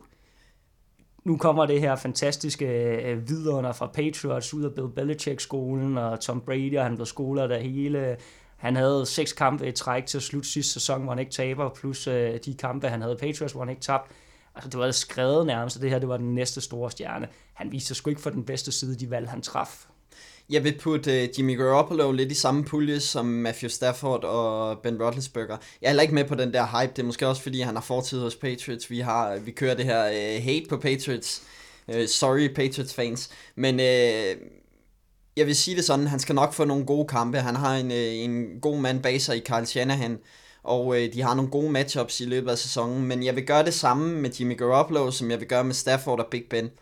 Nu kommer det her fantastiske øh, vidunder fra Patriots ud af Bill Belichick-skolen, og Tom Brady, og han blev skolet der hele. Han havde seks kampe i træk til slut sidste sæson, hvor han ikke taber, plus øh, de kampe, han havde Patriots, hvor han ikke tabte. Altså, det var skrevet nærmest, at det her det var den næste store stjerne. Han viste sig sgu ikke for den bedste side, de valg, han traf. Jeg vil putte uh, Jimmy Garoppolo lidt i samme pulje som Matthew Stafford og Ben Roethlisberger. Jeg er heller ikke med på den der hype. Det er måske også, fordi han har fortid hos Patriots. Vi, har, vi kører det her uh, hate på Patriots. Uh, sorry, Patriots fans. Men uh, jeg vil sige det sådan, han skal nok få nogle gode kampe. Han har en, uh, en god mand bag sig i Kyle Shanahan. Og uh, de har nogle gode matchups i løbet af sæsonen. Men jeg vil gøre det samme med Jimmy Garoppolo, som jeg vil gøre med Stafford og Big Ben.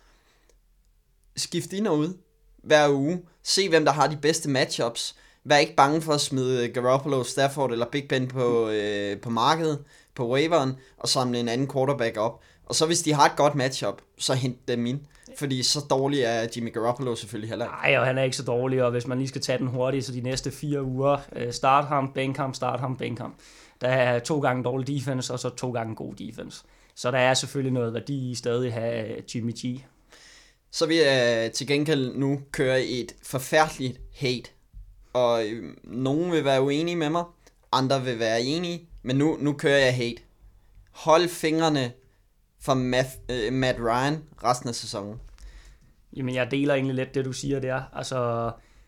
Skift ind og ud hver uge. Se, hvem der har de bedste matchups. Vær ikke bange for at smide Garoppolo, Stafford eller Big Ben på, øh, på markedet, på waiveren, og samle en anden quarterback op. Og så hvis de har et godt matchup, så hent dem ind. Fordi så dårlig er Jimmy Garoppolo selvfølgelig heller ikke. Nej, og han er ikke så dårlig, og hvis man lige skal tage den hurtigt, så de næste fire uger, øh, start ham, bænk ham, start ham, bænk ham. Der er to gange dårlig defense, og så to gange god defense. Så der er selvfølgelig noget værdi i stadig have Jimmy G. Så vil jeg til gengæld nu køre et forfærdeligt hate. Og øh, nogen vil være uenige med mig, andre vil være enige, men nu, nu kører jeg hate. Hold fingrene fra Matt, øh, Matt Ryan resten af sæsonen. Jamen, jeg deler egentlig lidt det, du siger der. Altså,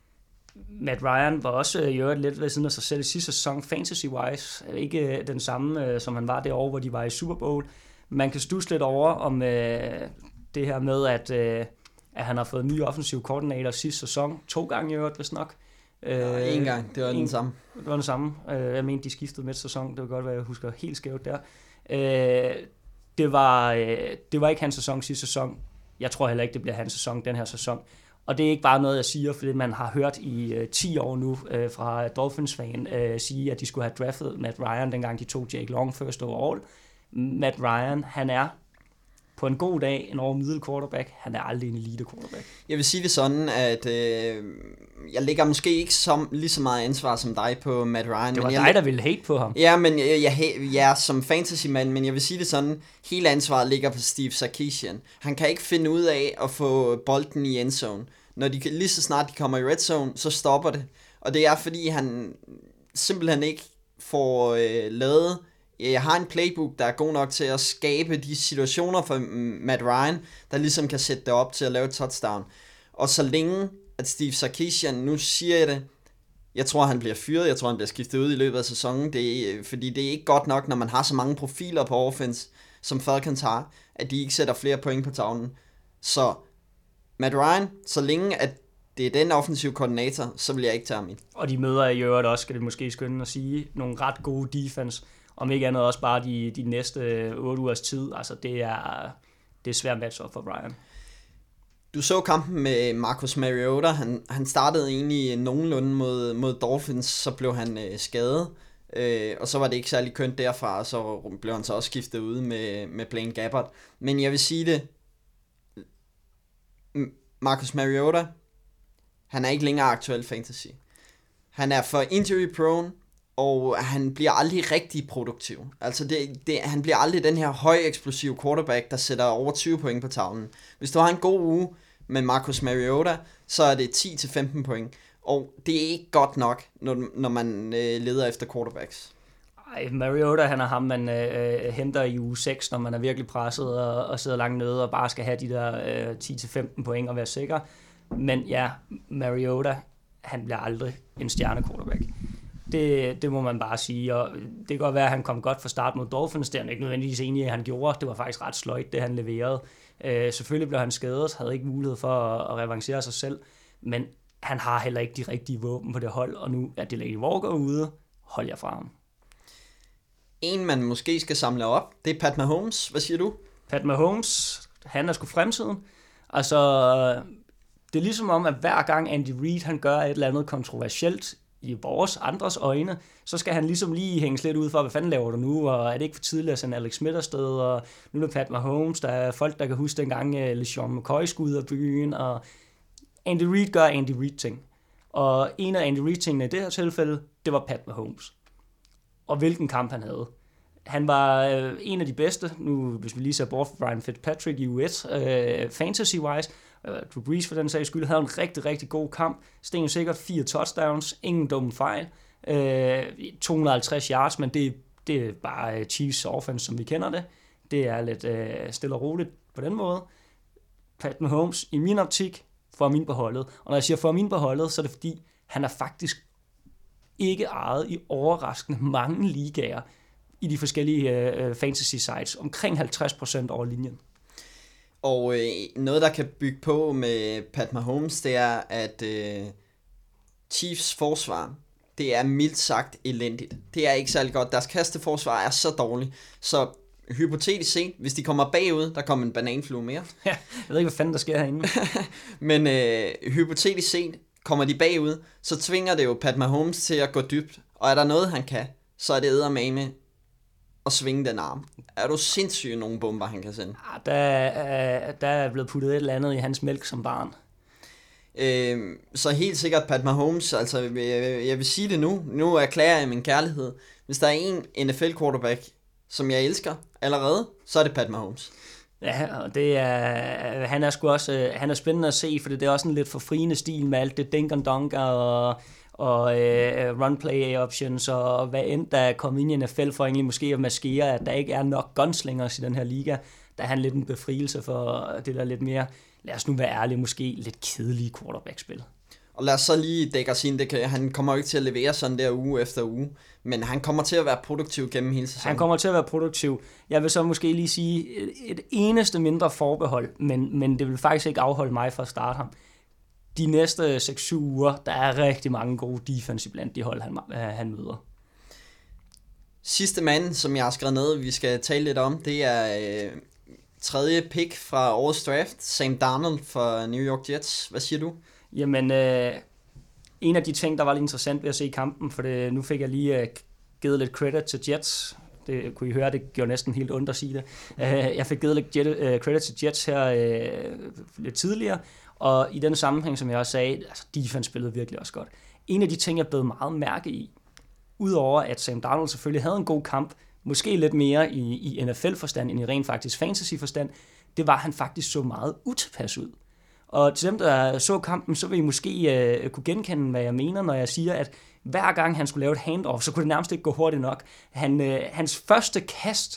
Matt Ryan var også øh, gjort lidt ved siden af sig selv i sidste sæson, fantasy-wise. Ikke øh, den samme, øh, som han var det år, hvor de var i Super Bowl. Man kan stusse lidt over om øh, det her med, at, øh, at han har fået en ny offensiv koordinator sidste sæson. To gange i øvrigt, vist nok. Ja, en gang, det var en, den samme. Det var den samme. Jeg mente, de skiftede midt sæson. Det var godt, hvad jeg husker helt skævt der. Øh, det, var, øh, det var ikke hans sæson sidste sæson. Jeg tror heller ikke, det bliver hans sæson den her sæson. Og det er ikke bare noget, jeg siger, fordi man har hørt i øh, ti år nu øh, fra Dolphins-fan øh, sige, at de skulle have draftet Matt Ryan, dengang de tog Jake Long first overall. Matt Ryan, han er på en god dag en over middel quarterback. Han er aldrig en elite quarterback. Jeg vil sige det sådan, at øh, jeg lægger måske ikke som, lige så meget ansvar som dig på Matt Ryan. Det var men dig, jeg, der ville hate på ham. Ja, men jeg, jeg, jeg er som fantasy-mand, men jeg vil sige det sådan, hele ansvaret ligger på Steve Sarkisian. Han kan ikke finde ud af at få bolden i endzone. Når de, lige så snart de kommer i red zone, så stopper det. Og det er fordi, han simpelthen ikke får øh, lavet... Jeg har en playbook, der er god nok til at skabe de situationer for Matt Ryan, der ligesom kan sætte det op til at lave et touchdown. Og så længe, at Steve Sarkisian, nu siger jeg det, jeg tror, han bliver fyret, jeg tror, han bliver skiftet ud i løbet af sæsonen, det er, fordi det er ikke godt nok, når man har så mange profiler på offense, som Falcons har, at de ikke sætter flere point på tavlen. Så Matt Ryan, så længe at det er den offensive koordinator, så vil jeg ikke tage ham ind. Og de møder i øvrigt også, skal det måske skynde at sige, nogle ret gode defense. Om ikke andet også bare de, de næste otte ugers tid. Altså det er, det er svært match for Ryan. Du så kampen med Marcus Mariota. Han, han startede egentlig nogenlunde mod, mod Dolphins, så blev han øh, skadet. Øh, og så var det ikke særlig kønt derfra, og så blev han så også skiftet ud med, med Blaine Gabbert. Men jeg vil sige det, Marcus Mariota, han er ikke længere aktuel fantasy. Han er for injury prone, og han bliver aldrig rigtig produktiv. Altså det, det, han bliver aldrig den her høj eksplosiv quarterback, der sætter over tyve point på tavlen. Hvis du har en god uge med Marcus Mariota, så er det ti til femten point. Og det er ikke godt nok, når, når man øh, leder efter quarterbacks. Ej, Mariota, han er ham, man øh, henter i uge seks, når man er virkelig presset og, og sidder langt nede og bare skal have de der øh, ti til femten point og være sikker. Men ja, Mariota, han bliver aldrig en stjerne quarterback. Det, det må man bare sige, og det kan godt være, at han kom godt fra start mod Dolphins, det er han ikke nødvendigvis enig, at han gjorde. Det var faktisk ret sløjt, det han leverede. Øh, selvfølgelig blev han skadet, havde ikke mulighed for at, at revancere sig selv, men han har heller ikke de rigtige våben på det hold, og nu er Delaney Walker ude, hold jer fra ham. En, man måske skal samle op, det er Pat Mahomes. Hvad siger du? Pat Mahomes, han er sgu fremtiden. Altså, det er ligesom om, at hver gang Andy Reid, han gør et eller andet kontroversielt, i vores andres øjne, så skal han ligesom lige hænges lidt ud for, hvad fanden laver du nu, og er det ikke for tidligt at sende Alex Smith afsted, og nu er det Pat Mahomes, der er folk, der kan huske dengang uh, LeSean McCoy skulle ud af byen, og Andy Reid gør Andy Reid-ting. Og en af Andy Reid-tingene i det her tilfælde, det var Pat Mahomes. Og hvilken kamp han havde. Han var øh, en af de bedste, nu hvis vi lige ser bort fra Ryan Fitzpatrick i U et, øh, fantasy-wise, øh, Drew Brees for den sags skyld, havde en rigtig, rigtig god kamp. Sten sikkert fire touchdowns, ingen dumme fejl, øh, to hundrede og halvtreds yards, men det, det er bare Chiefs offense, som vi kender det. det er lidt øh, stille og roligt på den måde. Pat Mahomes, i min optik, får min på holdet. Og når jeg siger får min på holdet, så er det fordi, han er faktisk ikke ejet i overraskende mange ligaer i de forskellige øh, fantasy sites. Omkring halvtreds procent over linjen. Og øh, noget, der kan bygge på med Pat Mahomes, det er, at øh, Chiefs forsvar, det er mildt sagt elendigt. Det er ikke særlig godt. Deres kasteforsvar er så dårligt. Så hypotetisk set, hvis de kommer bagud, der kommer en bananflue mere. Ja, jeg ved ikke, hvad fanden der sker herinde. Men øh, hypotetisk set, kommer de bagud, så tvinger det jo Pat Mahomes til at gå dybt. Og er der noget, han kan, så er det eddermame at svinge den arm. Er du sindssygt nogle bomber, han kan sende? Der er, der er blevet puttet et eller andet i hans mælk som barn. Øh, så helt sikkert Pat Mahomes, altså jeg, jeg vil sige det nu, nu erklærer jeg min kærlighed. Hvis der er en N F L quarterback, som jeg elsker allerede, så er det Pat Mahomes. Ja, og det er, han er sgu også, han er spændende at se, for det er også en lidt forfriende stil med alt det dink and donker og, og uh, run play options, og hvad end der er kommet ind i N F L for egentlig måske at maskere, at der ikke er nok gunslingers i den her liga. Der er han lidt en befrielse for det der lidt mere, lad os nu være ærlige, måske lidt kedelige quarterback-spil. Og lad os så lige dække os ind, det kan, han kommer jo ikke til at levere sådan der uge efter uge, men han kommer til at være produktiv gennem hele sæsonen. Han kommer til at være produktiv. Jeg vil så måske lige sige et, et eneste mindre forbehold, men, men det vil faktisk ikke afholde mig fra at starte ham. De næste seks syv uger, der er rigtig mange gode defense blandt de hold, han, han møder. Sidste mand, som jeg har skrevet ned, vi skal tale lidt om, det er øh, tredje pick fra årets draft, Sam Darnold for New York Jets. Hvad siger du? Jamen, øh, en af de ting, der var lidt interessant ved at se kampen, for det, nu fik jeg lige øh, givet lidt credit til Jets. Det kunne I høre, det gjorde næsten helt ondt at sige det. Uh, jeg fik givet lidt jet, uh, credit til Jets her uh, lidt tidligere, og i den sammenhæng, som jeg også sagde, altså defense spillede virkelig også godt. En af de ting, jeg blev meget mærke i, udover at Sam Darnold selvfølgelig havde en god kamp, måske lidt mere i, i N F L-forstand end i rent faktisk fantasy-forstand, det var, at han faktisk så meget utilpas ud. Og til dem, der så kampen, så vil I måske uh, kunne genkende, hvad jeg mener, når jeg siger, at hver gang han skulle lave et handoff, så kunne det nærmest ikke gå hurtigt nok. Han, uh, hans første kast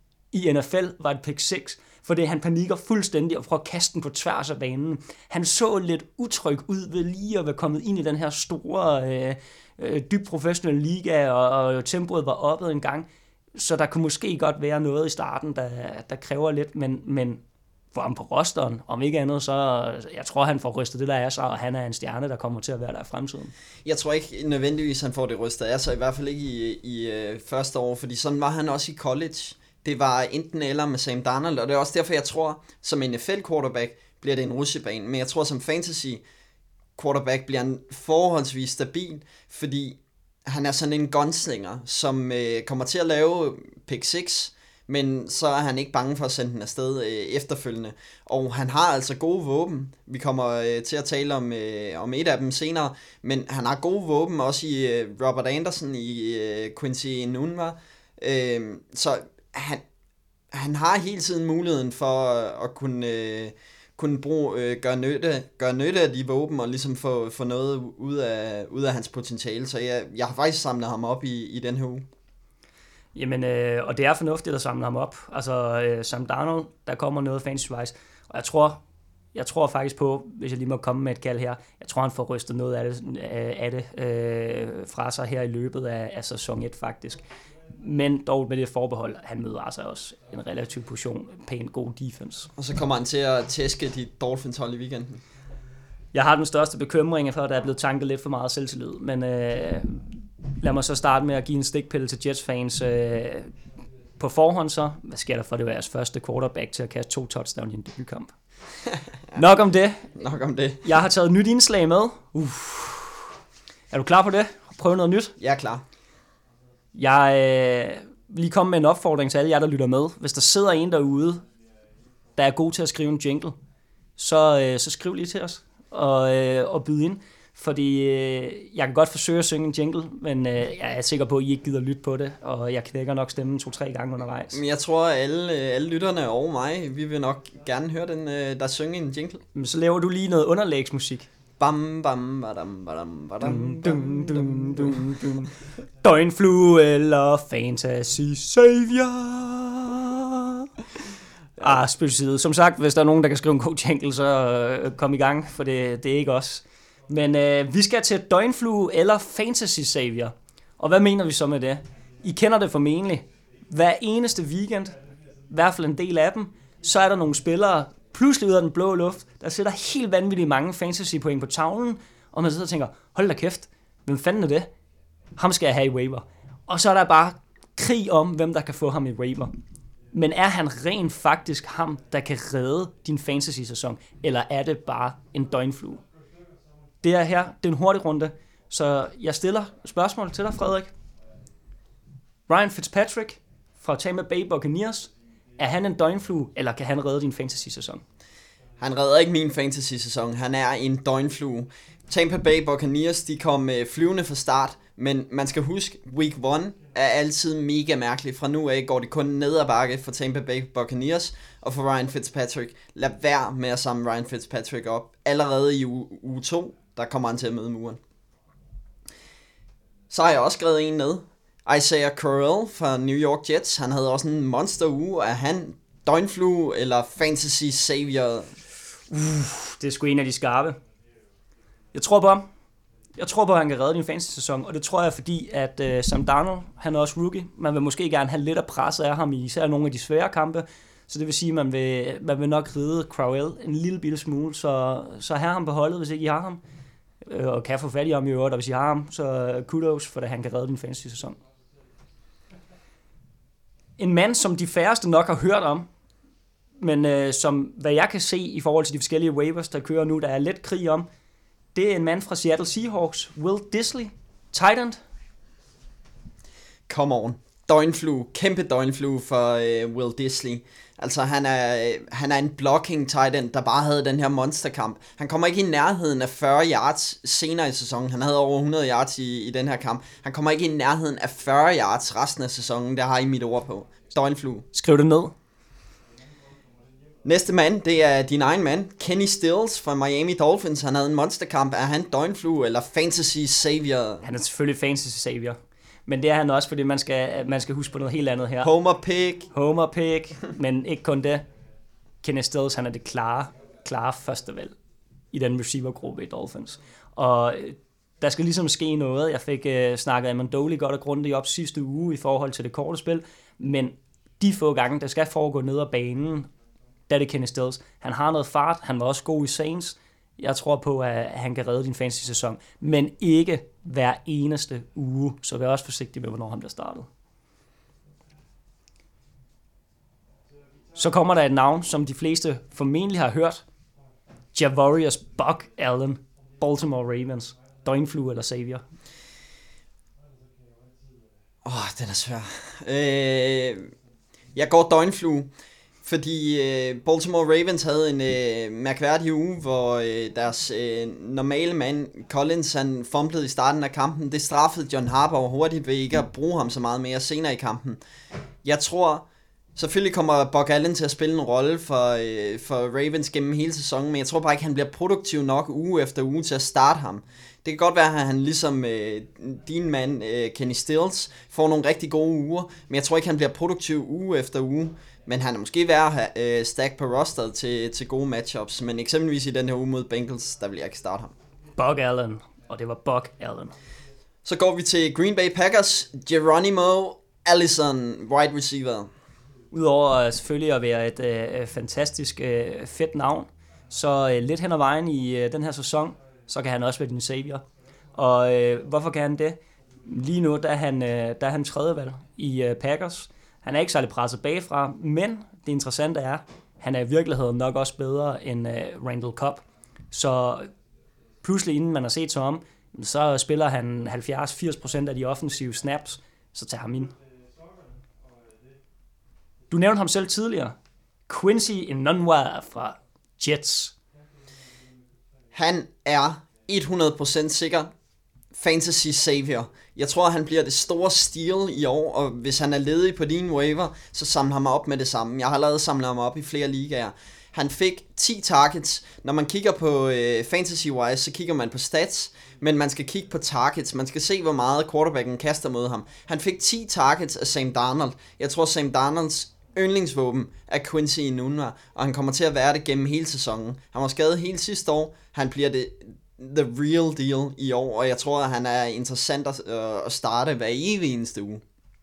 i N F L var et pick seks, fordi han panikker fuldstændig og prøver at kaste den på tværs af banen. Han så lidt utryg ud ved lige at være kommet ind i den her store, uh, uh, dybt professionelle liga, og, og tempoet var oppe en gang. Så der kunne måske godt være noget i starten, der, der kræver lidt, men... men for ham på rosteren, om ikke andet, så jeg tror, han får rystet det der af sig, og han er en stjerne, der kommer til at være der i fremtiden. Jeg tror ikke nødvendigvis, han får det rystet af sig, i hvert fald ikke i, i øh, første år, fordi sådan var han også i college. Det var enten eller med Sam Darnold, og det er også derfor, jeg tror, som en N F L quarterback bliver det en rushebane, men jeg tror, som fantasy quarterback bliver han forholdsvis stabil, fordi han er sådan en gunslinger, som øh, kommer til at lave pick seks, men så er han ikke bange for at sende den afsted øh, efterfølgende. Og han har altså gode våben. Vi kommer øh, til at tale om, øh, om et af dem senere, men han har gode våben også i øh, Robert Anderson, i øh, Quincy Enunwa. Øh, så han, han har hele tiden muligheden for at, at kunne, øh, kunne bruge, øh, gøre, nytte, gøre nytte af de våben og ligesom få, få noget ud af, ud af hans potentiale. Så jeg, jeg har faktisk samlet ham op i, i den her uge. Jamen, øh, og det er fornuftigt at samle ham op. Altså, øh, Sam Darnold, der kommer noget fantasy-wise, og jeg tror, jeg tror faktisk på, hvis jeg lige må komme med et kald her, jeg tror, han får rystet noget af det, af det øh, fra sig her i løbet af, af sæson et faktisk. Men dog med det forbehold, han møder altså også en relativ portion pænt god defense. Og så kommer han til at tæske de Dolphins hold i weekenden. Jeg har den største bekymring for, at der er blevet tanket lidt for meget selvtillid, men øh, lad mig så starte med at give en stikpille til Jets-fans. Øh, på forhånd så, hvad sker der for, det var jeres første quarterback til at kaste to touchdown i en debutkamp? ja. Nok om det. Nok om det. Jeg har taget et nyt indslag med. Uff. Er du klar på det? Prøv noget nyt? Jeg er klar. Jeg øh, vil lige komme med en opfordring til alle jer, der lytter med. Hvis der sidder en derude, der er god til at skrive en jingle, så, øh, så skriv lige til os og, øh, og byde ind. Fordi øh, jeg kan godt forsøge at synge en jingle, men øh, jeg er sikker på, at I ikke gider lytte på det, og jeg knækker nok stemmen to-tre gange undervejs. Men jeg tror, at alle, alle lytterne og mig, vi vil nok gerne høre den, der synge en jingle. Men så laver du lige noget underlægsmusik. Bam, bam, badam, badam, badam, dum, dum, dum, dum. Døgnflue eller fantasy savior. Ah, spøgelset. Som sagt, hvis der er nogen, der kan skrive en coach enkelt, så øh, kom i gang, for det, det er ikke os. Men øh, vi skal til døgnflue eller fantasy savior. Og hvad mener vi så med det? I kender det formentlig. Hver eneste weekend, i hvert fald en del af dem, så er der nogle spillere, pludselig ud af den blå luft, der sætter helt vanvittigt mange fantasy point på tavlen, og man sidder og tænker, hold da kæft, hvem fanden er det? Ham skal jeg have i waiver. Og så er der bare krig om, hvem der kan få ham i waiver. Men er han rent faktisk ham, der kan redde din fantasy-sæson, eller er det bare en døgnflue? Det er her, det er en hurtig runde, så jeg stiller spørgsmål til dig, Frederik. Ryan Fitzpatrick fra Tampa Bay Buccaneers, er han en døgnflue, eller kan han redde din fantasy-sæson? Han redder ikke min fantasy-sæson, han er en døgnflue. Tampa Bay Buccaneers, de kom flyvende fra start, men man skal huske, week one er altid mega mærkelig. Fra nu af går det kun ned ad bakke for Tampa Bay Buccaneers og for Ryan Fitzpatrick. Lad være med at samle Ryan Fitzpatrick op. Allerede i uge, uge to, der kommer han til at møde muren. Så har jeg også skrevet en ned. Isaiah Crowell fra New York Jets. Han havde også en monster uge. Er han døgnflue eller fantasy savior? Uh, det er sgu en af de skarpe. Jeg tror på ham. Jeg tror på, at han kan redde din fantasy-sæson, og det tror jeg, fordi at uh, Sam Darnold, han er også rookie. Man vil måske gerne have lidt af presset af ham i især nogle af de svære kampe, så det vil sige, at man vil, man vil nok ride Crowell en lille bitte smule, så, så have ham på holdet, hvis ikke I har ham, og kan få fat i ham i øvrigt, og hvis I har ham, så kudos, for at han kan redde din fantasy-sæson. En mand, som de færreste nok har hørt om, men uh, som, hvad jeg kan se i forhold til de forskellige waivers, der kører nu, der er lidt krig om, det er en mand fra Seattle Seahawks, Will Dissly, tight end. Come on. Døgnflue, kæmpe døgnflue for uh, Will Dissly. Altså han er, han er en blocking tight end, der bare havde den her monsterkamp. Han kommer ikke i nærheden af fyrre yards senere i sæsonen. Han havde over hundrede yards i, i den her kamp. Han kommer ikke i nærheden af fyrre yards resten af sæsonen. Der har I mit ord på. Døgnflue. Skriv det ned. Næste mand, det er din egen mand, Kenny Stills fra Miami Dolphins. Han havde en monsterkamp. Er han døgnflue eller fantasy savior? Han er selvfølgelig fantasy savior. Men det er han også, fordi man skal, man skal huske på noget helt andet her. Homer pick. Homer pick, men ikke kun det. Kenny Stills, han er det klare, klare første valg i den receivergruppe i Dolphins. Og der skal ligesom ske noget. Jeg fik uh, snakket Amendola godt og grundigt op sidste uge i forhold til det korte spil, men de få gange, der skal foregå ned ad banen, der er det Kenny Stills. Han har noget fart, han var også god i Saints. Jeg tror på, at han kan redde din fantasy-sæson, men ikke hver eneste uge, så vær også forsigtig med, hvornår han bliver startet. Så kommer der et navn, som de fleste formentlig har hørt. Javorius Buck Allen, Baltimore Ravens. Døgnflue eller savior? Åh, oh, den er svær. Øh, jeg går døgnflue. Fordi øh, Baltimore Ravens havde en øh, mærkværdig uge, hvor øh, deres øh, normale mand, Collins, han fumblede i starten af kampen. Det straffede John Harbaugh hurtigt ved ikke at bruge ham så meget mere senere i kampen. Jeg tror, selvfølgelig kommer Buck Allen til at spille en rolle for, øh, for Ravens gennem hele sæsonen, men jeg tror bare ikke, han bliver produktiv nok uge efter uge til at starte ham. Det kan godt være, at han ligesom øh, din mand, øh, Kenny Stills, får nogle rigtig gode uger, men jeg tror ikke, han bliver produktiv uge efter uge. Men han er måske værd at have øh, stack på rosteret til, til gode matchups. Men eksempelvis i den her uge mod Bengals, der vil jeg ikke starte ham. Buck Allen, og det var Buck Allen. Så går vi til Green Bay Packers. Geronimo Allison, wide receiver. Udover selvfølgelig at være et øh, fantastisk øh, fedt navn, så øh, lidt hen ad vejen i øh, den her sæson, så kan han også være din savior. Og øh, hvorfor kan han det? Lige nu, der er han, øh, der er han tredje valg i øh, Packers. Han er ikke særlig presset bagfra, men det interessante er, han er i virkeligheden nok også bedre end uh, Randall Cobb. Så pludselig inden man har set sig om, så spiller han halvfjerds til firs procent af de offensive snaps, så tager ham ind. Du nævnte ham selv tidligere. Quincy Enunwa fra Jets. Han er hundrede procent sikker fantasy savior. Jeg tror, han bliver det store steal i år, og hvis han er ledig på din waiver, så samler ham op med det samme. Jeg har allerede samlet ham op i flere ligaer. Han fik ti targets. Når man kigger på øh, fantasy-wise, så kigger man på stats, men man skal kigge på targets. Man skal se, hvor meget quarterbacken kaster mod ham. Han fik ti targets af Sam Darnold. Jeg tror, Sam Darnolds yndlingsvåben er Quincy Enunwa, og han kommer til at være det gennem hele sæsonen. Han var skadet hele sidste år, han bliver det the real deal i år, og jeg tror, at han er interessant at, øh, at starte hver evig eneste uge.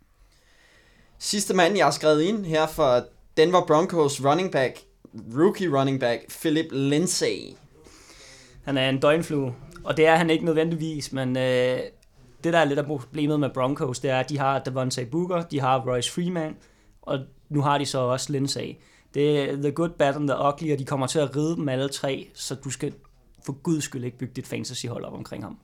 Sidste mand, jeg har skrevet ind her for Denver Broncos running back, rookie running back, Philip Lindsay. Han er en døgnflue, og det er han ikke nødvendigvis, men øh, det der er lidt af problemet med Broncos, det er, at de har Devontae Booker, de har Royce Freeman, og nu har de så også Lindsay. Det er the good, bad and the ugly, og de kommer til at ride dem alle tre, så du skal for guds skyld ikke bygge dit fantasyhold op omkring ham.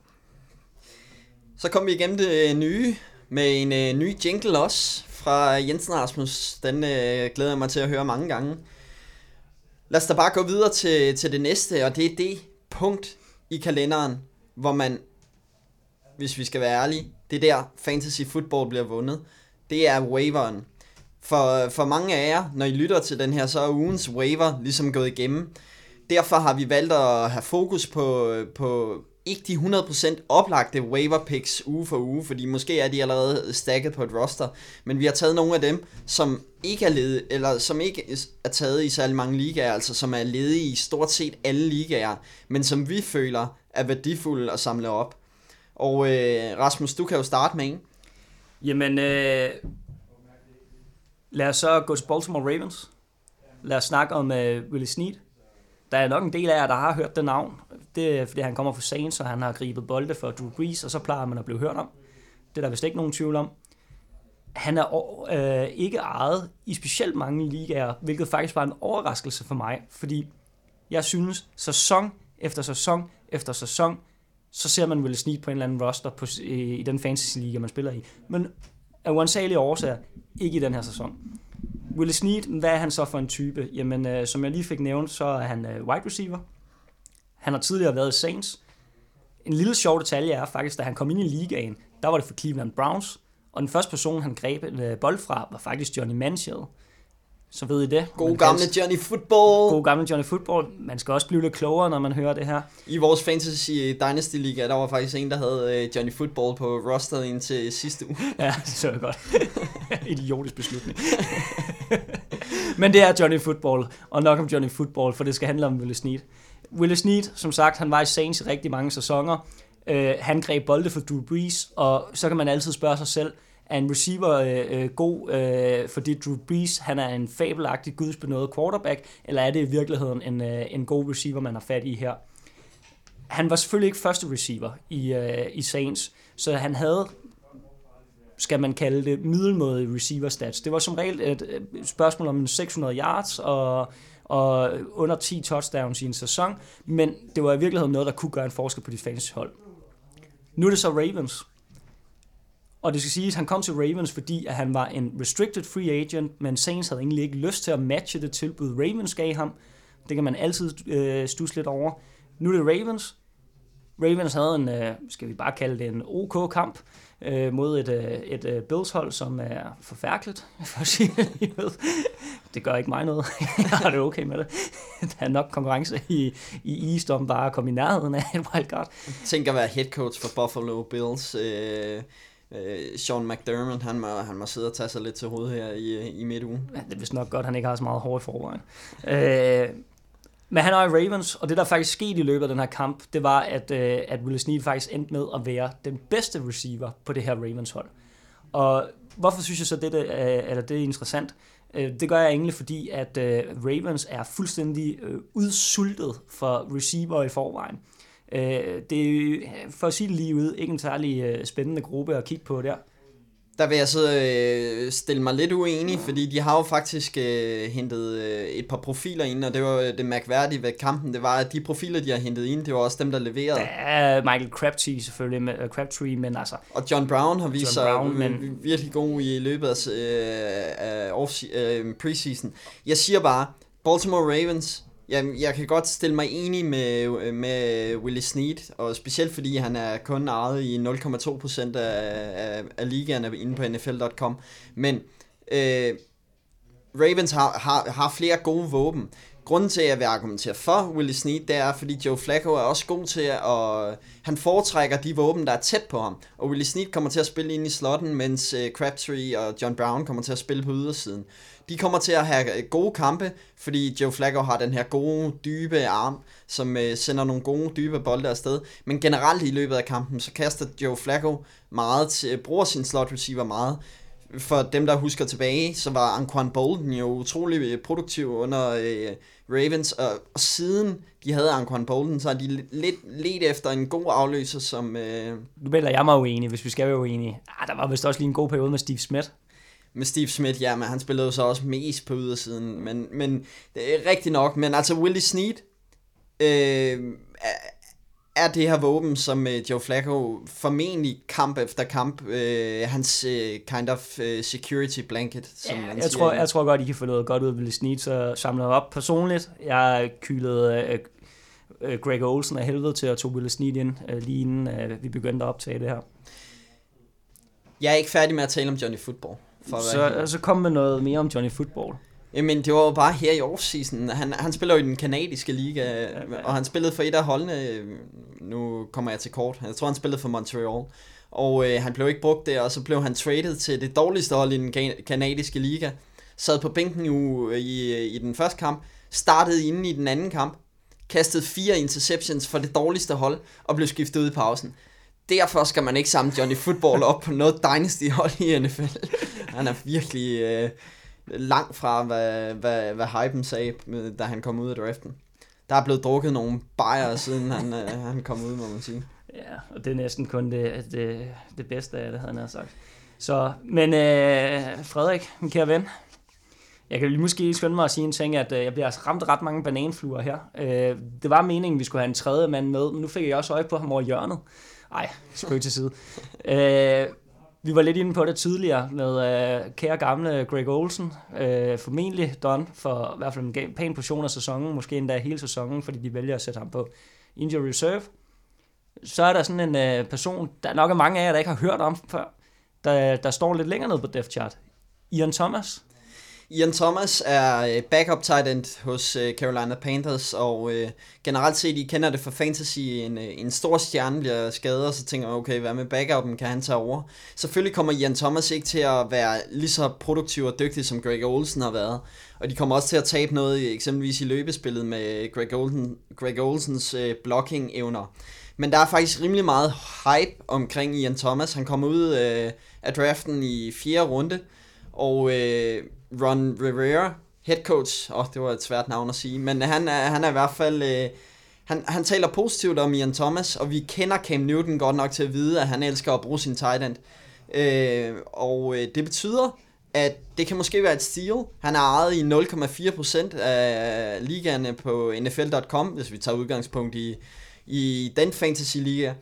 Så kom vi igennem det nye, med en øh, ny jingle også, fra Jensen Rasmus. Den øh, glæder jeg mig til at høre mange gange. Lad os da bare gå videre til, til det næste, og det er det punkt i kalenderen, hvor man, hvis vi skal være ærlige, det er der fantasy football bliver vundet. Det er waiveren. For, for mange af jer, når I lytter til den her, så er ugens waiver ligesom gået igennem. Derfor har vi valgt at have fokus på, på ikke de hundrede procent oplagte waiver picks uge for uge, fordi måske er de allerede stacket på et roster, men vi har taget nogle af dem, som ikke er ledige, eller som ikke er taget i særlig mange ligaer, altså som er ledige i stort set alle ligaer, men som vi føler er værdifulde at samle op. Og øh, Rasmus, du kan jo starte med en. Jamen, øh, lad os så gå til Baltimore Ravens. Lad os snakke om øh, Willie Snead. Der er nok en del af jer, der har hørt det navn. Det er, fordi han kommer fra Saints, og han har gribet bolde for Drew Brees, og så plejer man at blive hørt om. Det er der vist ikke nogen tvivl om. Han er øh, ikke ejet i specielt mange ligaer, hvilket faktisk var en overraskelse for mig, fordi jeg synes, sæson efter sæson efter sæson, så ser man Willie Snead på en eller anden roster på, i, i den fantasy-liga, man spiller i. Men af uansagelige årsager, ikke i den her sæson. Willie Snead, hvad er han så for en type? Jamen, øh, som jeg lige fik nævnt, så er han øh, wide receiver. Han har tidligere været i Saints. En lille sjov detalje er faktisk, da han kom ind i ligaen, der var det for Cleveland Browns, og den første person, han greb en øh, bold fra, var faktisk Johnny Manziel. Så ved I det. God gamle Johnny Football. God gamle Johnny Football. Man skal også blive lidt klogere, når man hører det her. I vores Fantasy Dynasty Liga, der var faktisk en, der havde Johnny Football på rosteret indtil sidste uge. Ja, det så jeg godt. Idiotisk beslutning. Men det er Johnny Football, og nok om Johnny Football, for det skal handle om Willie Snead. Willie Snead, som sagt, han var i Saints i rigtig mange sæsoner. Uh, han greb bolde for Drew Brees, og så kan man altid spørge sig selv, er en receiver øh, god, øh, fordi Drew Brees, han er en fabelagtig gudsbenådet quarterback, eller er det i virkeligheden en, øh, en god receiver, man har fat i her? Han var selvfølgelig ikke første receiver i, øh, i Saints, så han havde, skal man kalde det, middelmådige receiver stats. Det var som regel et, et spørgsmål om seks hundrede yards og, og under ti touchdowns i en sæson, men det var i virkeligheden noget, der kunne gøre en forskel på de fantasyhold. Nu er det så Ravens. Og det skal siges, at han kom til Ravens, fordi at han var en restricted free agent, men Saints havde egentlig ikke lyst til at matche det tilbud, Ravens gav ham. Det kan man altid øh, stusse lidt over. Nu er det Ravens. Ravens havde en, øh, skal vi bare kalde det en OK kamp, øh, mod et, øh, et øh, Bills-hold, som er forfærdeligt, for at sige det. Det gør ikke mig noget. Jeg har det okay med det. Der er nok konkurrence i, i East om bare at komme i nærheden af et wildcard. Jeg tænker at være head coach for Buffalo Bills. Øh Uh, Sean McDermott, han må, han må sidde og tage sig lidt til hovedet her i, i midtugen. Ja, det er vist nok godt, han ikke har så meget hår i forvejen. Uh, men han er i Ravens, og det der faktisk skete i løbet af den her kamp, det var, at, uh, at Willie Snead faktisk endte med at være den bedste receiver på det her Ravens-hold. Og hvorfor synes jeg så, det, det, uh, eller det er interessant? Uh, det gør jeg egentlig, fordi at uh, Ravens er fuldstændig uh, udsultet for receiver i forvejen. Det er, for at sige det lige ud, ikke en særlig spændende gruppe at kigge på der. Der vil jeg så øh, stille mig lidt uenig, fordi de har jo faktisk øh, hentet øh, et par profiler ind, og det var det mærkværdige ved kampen, det var, at de profiler, de har hentet ind, det var også dem, der leverede. Ja, Michael Crabtree selvfølgelig, med, uh, Crabtree, men altså... Og John Brown har vist sig men... virkelig god i løbet af, øh, af off, øh, preseason. Jeg siger bare, Baltimore Ravens... Jamen, jeg kan godt stille mig enig med, med Willie Snead, og specielt fordi han er kun ejet i nul komma to procent af, af, af ligaerne inde på N F L punktum com. Men øh, Ravens har, har, har flere gode våben. grunden til, at jeg vil argumentere for Willie Snead, det er, fordi Joe Flacco er også god til at... Han foretrækker de våben, der er tæt på ham. Og Willie Snead kommer til at spille ind i slotten, mens uh, Crabtree og John Brown kommer til at spille på ydersiden. De kommer til at have gode kampe, fordi Joe Flacco har den her gode, dybe arm, som uh, sender nogle gode, dybe bolde afsted. Men generelt i løbet af kampen, så kaster Joe Flacco meget til, bruger sin slot receiver meget. For dem, der husker tilbage, så var Anquan Boldin jo utrolig produktiv under øh, Ravens, og, og siden de havde Anquan Boldin, så har de lidt let efter en god afløser, som... Øh... Nu melder jeg mig uenig, hvis vi skal være uenige. Ah, der var vist også lige en god periode med Steve Smith. Med Steve Smith, ja, men han spillede jo så også mest på ydersiden, men, men det er rigtigt nok. Men altså, Willie Snead øh, er det her våben, som uh, Joe Flacco formentlig kamp efter kamp, uh, hans uh, kind of uh, security blanket, som ja, man jeg siger. tror, jeg tror godt, I kan få noget godt ud af Willie Snead, så samler jeg op personligt. Jeg kylede uh, uh, Greg Olsen af helvede til at tage Willie Snead ind, uh, lige inden uh, vi begyndte at optage det her. Jeg er ikke færdig med at tale om Johnny Football. For så, så kom med noget mere om Johnny Football. Jamen, det var jo bare her i offseason. Han, han spiller jo i den kanadiske liga, ja, ja. Og han spillede for et af holdene. Nu kommer jeg til kort. Jeg tror, han spillede for Montreal. Og øh, han blev ikke brugt der, og så blev han traded til det dårligste hold i den kan- kanadiske liga. Sad på bænken jo i, i den første kamp. Startede inde i den anden kamp. Kastede fire interceptions for det dårligste hold, og blev skiftet ud i pausen. Derfor skal man ikke samle Johnny Football op på noget dynasty-hold i N F L. Han er virkelig... Øh, langt fra, hvad, hvad, hvad hypen sagde, da han kom ud af draften. Der er blevet drukket nogle bajer, siden han, øh, han kom ud, må man sige. Ja, og det er næsten kun det, det, det bedste af det, havde han sagt. Så, men øh, Frederik, min kære ven, jeg kan lige måske skynde mig at sige en ting, at øh, jeg bliver altså ramt ret mange bananfluer her. Øh, det var meningen, vi skulle have en tredje mand med, men nu fik jeg også øje på ham over hjørnet. Ej, spøg til side. Øh, Vi var lidt inde på det tidligere med uh, kære gamle Greg Olsen, uh, formentlig done for i hvert fald en pæn portion af sæsonen, måske endda hele sæsonen, fordi de vælger at sætte ham på injury reserve. Så er der sådan en uh, person, der nok er mange af jer, der ikke har hørt om før, der, der står lidt længere nede på depth chart. Ian Thomas. Ian Thomas er backup tight end hos Carolina Panthers, og øh, generelt set, I kender det fra fantasy, en, en stor stjerne bliver skadet, og så tænker jeg, okay, hvad med backupen, kan han tage over? Selvfølgelig kommer Ian Thomas ikke til at være lige så produktiv og dygtig, som Greg Olsen har været, og de kommer også til at tabe noget, eksempelvis i løbespillet med Greg, Olsen, Greg Olsens øh, blocking-evner. Men der er faktisk rimelig meget hype omkring Ian Thomas. Han kommer ud øh, af draften i fjerde runde, og... Øh, Ron Rivera, head coach, åh, oh, det var et svært navn at sige, men han er, han er i hvert fald, øh, han, han taler positivt om Ian Thomas, og vi kender Cam Newton godt nok til at vide, at han elsker at bruge sin tight end, øh, og øh, det betyder, at det kan måske være et steal. Han er ejet i nul komma fire procent af ligaerne på N F L punktum com, hvis vi tager udgangspunkt i, i den fantasy-liga.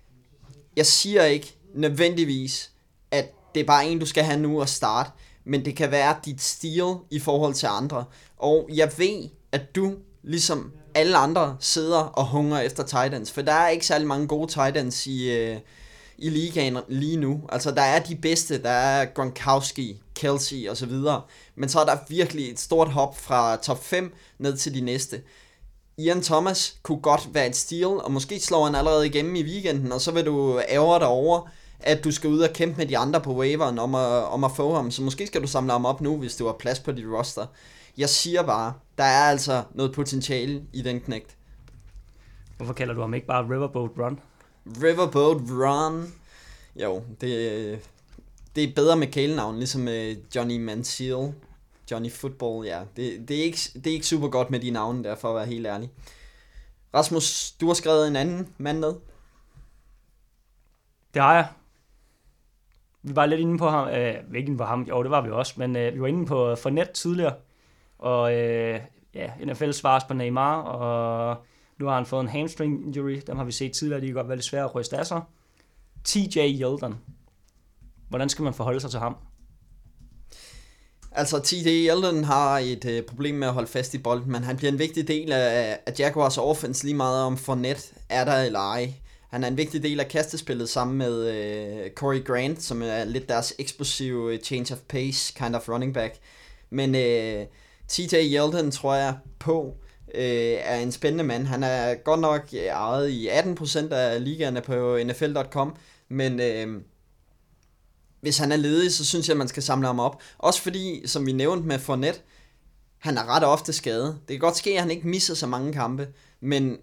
Jeg siger ikke nødvendigvis, at det er bare en, du skal have nu at starte, men det kan være dit steal i forhold til andre. Og jeg ved, at du, ligesom alle andre, sidder og hungrer efter tight ends, for der er ikke særlig mange gode tight ends i, øh, i ligaen lige nu. Altså, der er de bedste, der er Gronkowski, Kelsey osv., men så er der virkelig et stort hop fra top fem ned til de næste. Ian Thomas kunne godt være et steal, og måske slår han allerede igennem i weekenden, og så vil du ærge dig over, at du skal ud og kæmpe med de andre på waiveren om at, om at få ham. Så måske skal du samle ham op nu, hvis du har plads på dit roster. Jeg siger bare, der er altså noget potentiale i den knægt. Hvorfor kalder du ham ikke bare Riverboat Run? Riverboat Run. Jo, det, det er bedre med kælenavn, ligesom Johnny Manziel. Johnny Football, ja. Det, det, er ikke, det er ikke super godt med de navne der, for at være helt ærlig. Rasmus, du har skrevet en anden mand ned. Det har jeg. Vi var lidt inde på ham, øh, ikke inde på ham, jo det var vi også, men øh, vi var inde på Fournette tidligere, og øh, ja, N F L svares på Neymar, og nu har han fået en hamstring injury, dem har vi set tidligere, de kan godt være lidt svære at ryste af sig. T J Yeldon, hvordan skal man forholde sig til ham? Altså, T J Yeldon har et øh, problem med at holde fast i bolden, men han bliver en vigtig del af, af Jaguars offense, lige meget om Fournette er der eller ej. Han er en vigtig del af kastespillet sammen med øh, Corey Grant, som er lidt deres eksplosive change of pace kind of running back. Men øh, T J Yeldon tror jeg på øh, er en spændende mand. Han er godt nok ejet i atten procent af ligaerne på N F L punktum com, men øh, hvis han er ledig, så synes jeg, at man skal samle ham op. Også fordi, som vi nævnte med Fournette, han er ret ofte skadet. Det kan godt ske, at han ikke misser så mange kampe, men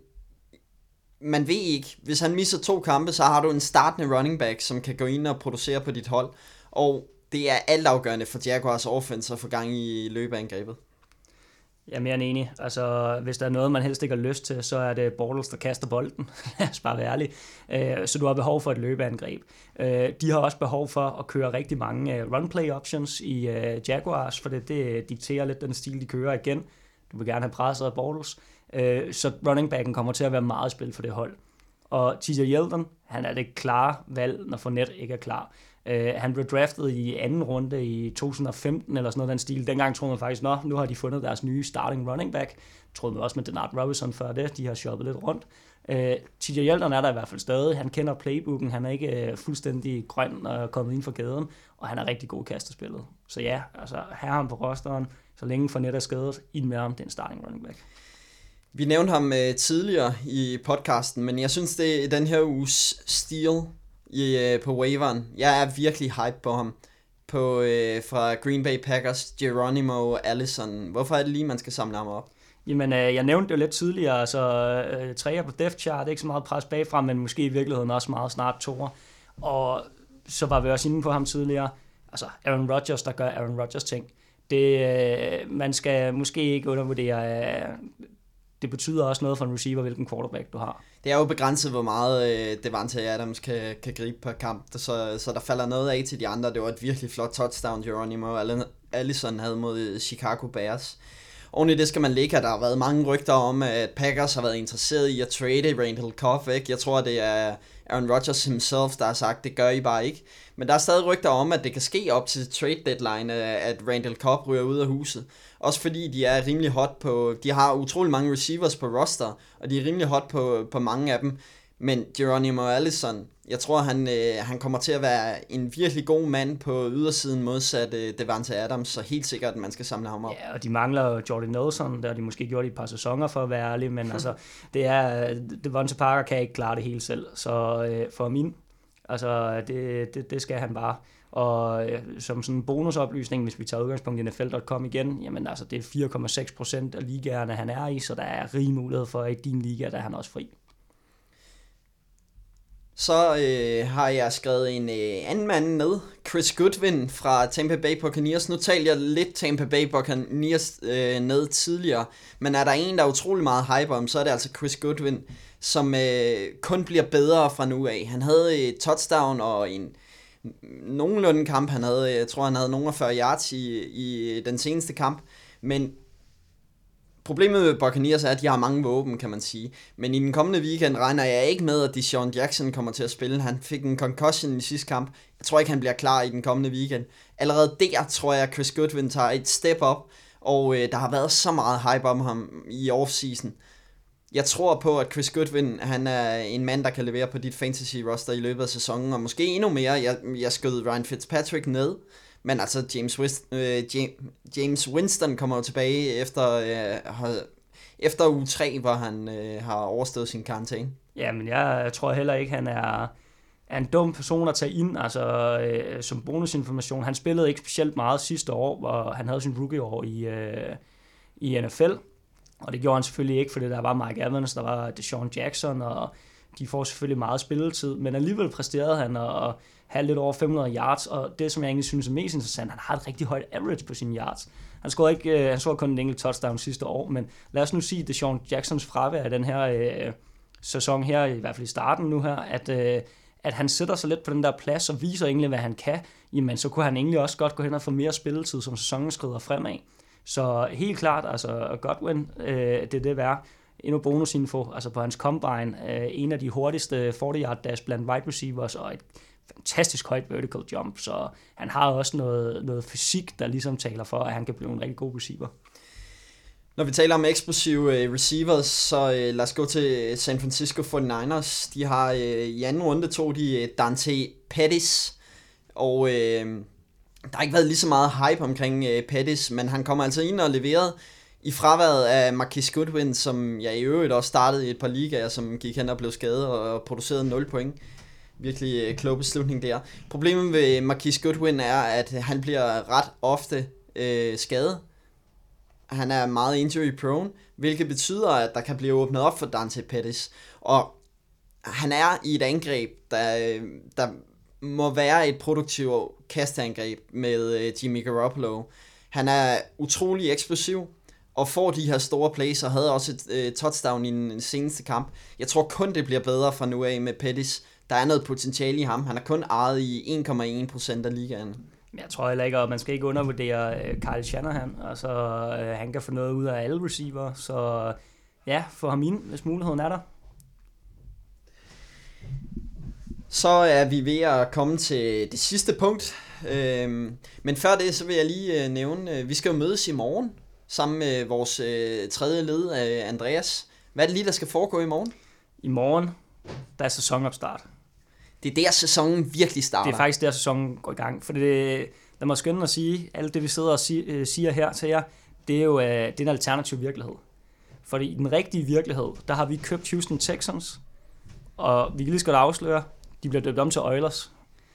man ved ikke, hvis han misser to kampe, så har du en startende running back, som kan gå ind og producere på dit hold, og det er altafgørende for Jaguars offense at få gang i løbeangrebet. Jeg er mere end enig. Altså, hvis der er noget, man helst ikke har lyst til, så er det Bortles, der kaster bolden. Lad os bare være ærlig. Så du har behov for et løbeangreb. De har også behov for at køre rigtig mange run-play options i Jaguars, for det, det dikterer lidt den stil, de kører igen. Du vil gerne have presset af Bortles. Så running backen kommer til at være meget spil for det hold. Og T J Yeldon, han er det klare valg, når Fournette ikke er klar. Uh, han blev draftet i anden runde i to tusind og femten eller sådan noget den stil. Dengang troede man faktisk, nå, nu har de fundet deres nye starting running back. Troede man også med Denard Robinson før det. De har shoppet lidt rundt. Uh, T J Yeldon er der i hvert fald stadig. Han kender playbooken. Han er ikke uh, fuldstændig grøn og kommet ind for gaden. Og han er rigtig god i kastespillet. Så ja, altså her ham på rosteren. Så længe Fournette er skadet, ind med ham, det er en starting running back. Vi nævnte ham uh, tidligere i podcasten, men jeg synes, det er den her uges steal i, uh, på waiveren. Jeg er virkelig hype på ham. På, uh, fra Green Bay Packers, Geronimo Allison. Hvorfor er det lige, man skal samle ham op? Jamen, øh, jeg nævnte det jo lidt tidligere, altså øh, træer på depth chart, ikke så meget pres bagfra, men måske i virkeligheden også meget snart toer. Og så var vi også inde på ham tidligere, altså Aaron Rodgers, der gør Aaron Rodgers ting. Det, øh, man skal måske ikke undervurdere, øh, det betyder også noget for en receiver, hvilken quarterback du har. Det er jo begrænset, hvor meget øh, Davante Adams kan, kan gribe per kamp, så, så der falder noget af til de andre. Det var et virkelig flot touchdown, Geronimo Allison havde mod Chicago Bears. Oven i det skal man lægge, at der har været mange rygter om, at Packers har været interesseret i at trade Randall Cobb væk. Jeg tror, det er Aaron Rodgers himself, der har sagt, det gør I bare ikke. Men der er stadig rygter om, at det kan ske op til trade deadline, at Randall Cobb ryger ud af huset. Også fordi de er rimelig hot på, de har utrolig mange receivers på roster, og de er rimelig hot på, på mange af dem. Men Geronimo Allison, jeg tror, han, øh, han kommer til at være en virkelig god mand på ydersiden modsat øh, Davante Adams, så helt sikkert, at man skal samle ham op. Ja, og de mangler Jordan Nelson, der har de måske gjort i et par sæsoner for at være ærlig, men altså, det er, Devontae Parker kan ikke klare det hele selv, så øh, for min, altså, det, det, det skal han bare. Og øh, som sådan en bonusoplysning, hvis vi tager udgangspunkt i N F L punktum com igen, jamen altså, det er fire komma seks procent af ligaerne, han er i, så der er rig mulighed for, at i din liga, der er han også fri. Så øh, har jeg skrevet en øh, anden mand ned, Chris Goodwin fra Tampa Bay Buccaneers. Nu talte jeg lidt Tampa Bay Buccaneers øh, ned tidligere, men er der en, der er utrolig meget hype om, så er det altså Chris Goodwin, som øh, kun bliver bedre fra nu af. Han havde et touchdown og en nogenlunde kamp. Han havde, jeg tror, han havde nogle fyrre yards i, i den seneste kamp, men problemet med Buccaneers er, at de har mange våben, kan man sige. Men i den kommende weekend regner jeg ikke med, at DeSean Jackson kommer til at spille. Han fik en concussion i sidste kamp. Jeg tror ikke, han bliver klar i den kommende weekend. Allerede der tror jeg, at Chris Goodwin tager et step op, og øh, der har været så meget hype om ham i offseason. Jeg tror på, at Chris Goodwin, han er en mand, der kan levere på dit fantasy roster i løbet af sæsonen, og måske endnu mere. Jeg, jeg skød Ryan Fitzpatrick ned. Men altså, James, Wist, øh, James Winston kommer jo tilbage efter, øh, efter uge tre, hvor han øh, har overstået sin karantæne. Ja, men jeg tror heller ikke, han er, er en dum person at tage ind, altså øh, som bonusinformation. Han spillede ikke specielt meget sidste år, hvor han havde sin rookie-år i, øh, i N F L. Og det gjorde han selvfølgelig ikke, fordi der var Mike Evans, der var DeSean Jackson, og de får selvfølgelig meget spilletid. Men alligevel præsterede han at have lidt over fem hundrede yards, og det, som jeg egentlig synes er mest interessant, han har et rigtig højt average på sine yards. Han scorede ikke, han scorede kun en enkelt touchdown sidste år, men lad os nu sige, at DeSean Jacksons fravær i den her øh, sæson her, i hvert fald i starten nu her, at, øh, at han sætter sig lidt på den der plads og viser egentlig, hvad han kan, jamen så kunne han egentlig også godt gå hen og få mere spilletid, som sæsonen skrider fremad. Så helt klart, altså Godwin, øh, det er det værd. Endnu bonusinfo, altså på hans combine, øh, en af de hurtigste fyrre yard dash blandt wide receivers, og et fantastisk højt vertical jump, så han har også noget, noget fysik, der ligesom taler for, at han kan blive en rigtig god receiver. Når vi taler om eksplosive uh, receivers, så uh, lad os gå til San Francisco forty-niners. De har uh, i anden runde tog de uh, Dante Pettis, og uh, der har ikke været lige så meget hype omkring øh, Pettis, men han kommer altså ind og leverede i fraværet af Marquise Goodwin, som jeg i øvrigt også startede i et par ligaer, som gik hen og blev skadet og producerede nul point. Virkelig øh, klog beslutning der. Problemet ved Marquise Goodwin er, at han bliver ret ofte øh, skadet. Han er meget injury prone, hvilket betyder, at der kan blive åbnet op for Dante Pettis. Og han er i et angreb, der, der må være et produktivt kasteangreb med øh, Jimmy Garoppolo. Han er utrolig eksplosiv og får de her store plays og havde også et øh, touchdown i den seneste kamp. Jeg tror kun, det bliver bedre fra nu af med Pettis. Der er noget potentiale i ham. Han er kun ejet i en komma en procent af ligaen. Jeg tror heller ikke, at man skal ikke undervurdere Kyle Shanahan. Altså, øh, han kan få noget ud af alle receiver, så ja, få ham ind, hvis muligheden er der. Så er vi ved at komme til det sidste punkt. Øhm, men før det, så vil jeg lige øh, nævne, øh, vi skal jo mødes i morgen, sammen med vores øh, tredje led, øh, Andreas. Hvad er det lige, der skal foregå i morgen? I morgen, der er sæsonopstart. Det er der, sæsonen virkelig starter. Det er faktisk der, sæsonen går i gang. For det, lad mig skynde at sige, alt det, vi sidder og sig, siger her til jer, det er jo øh, det er en alternativ virkelighed. For i den rigtige virkelighed, der har vi købt Houston Texans, og vi kan lige så godt afsløre, de bliver døbt om til Oilers.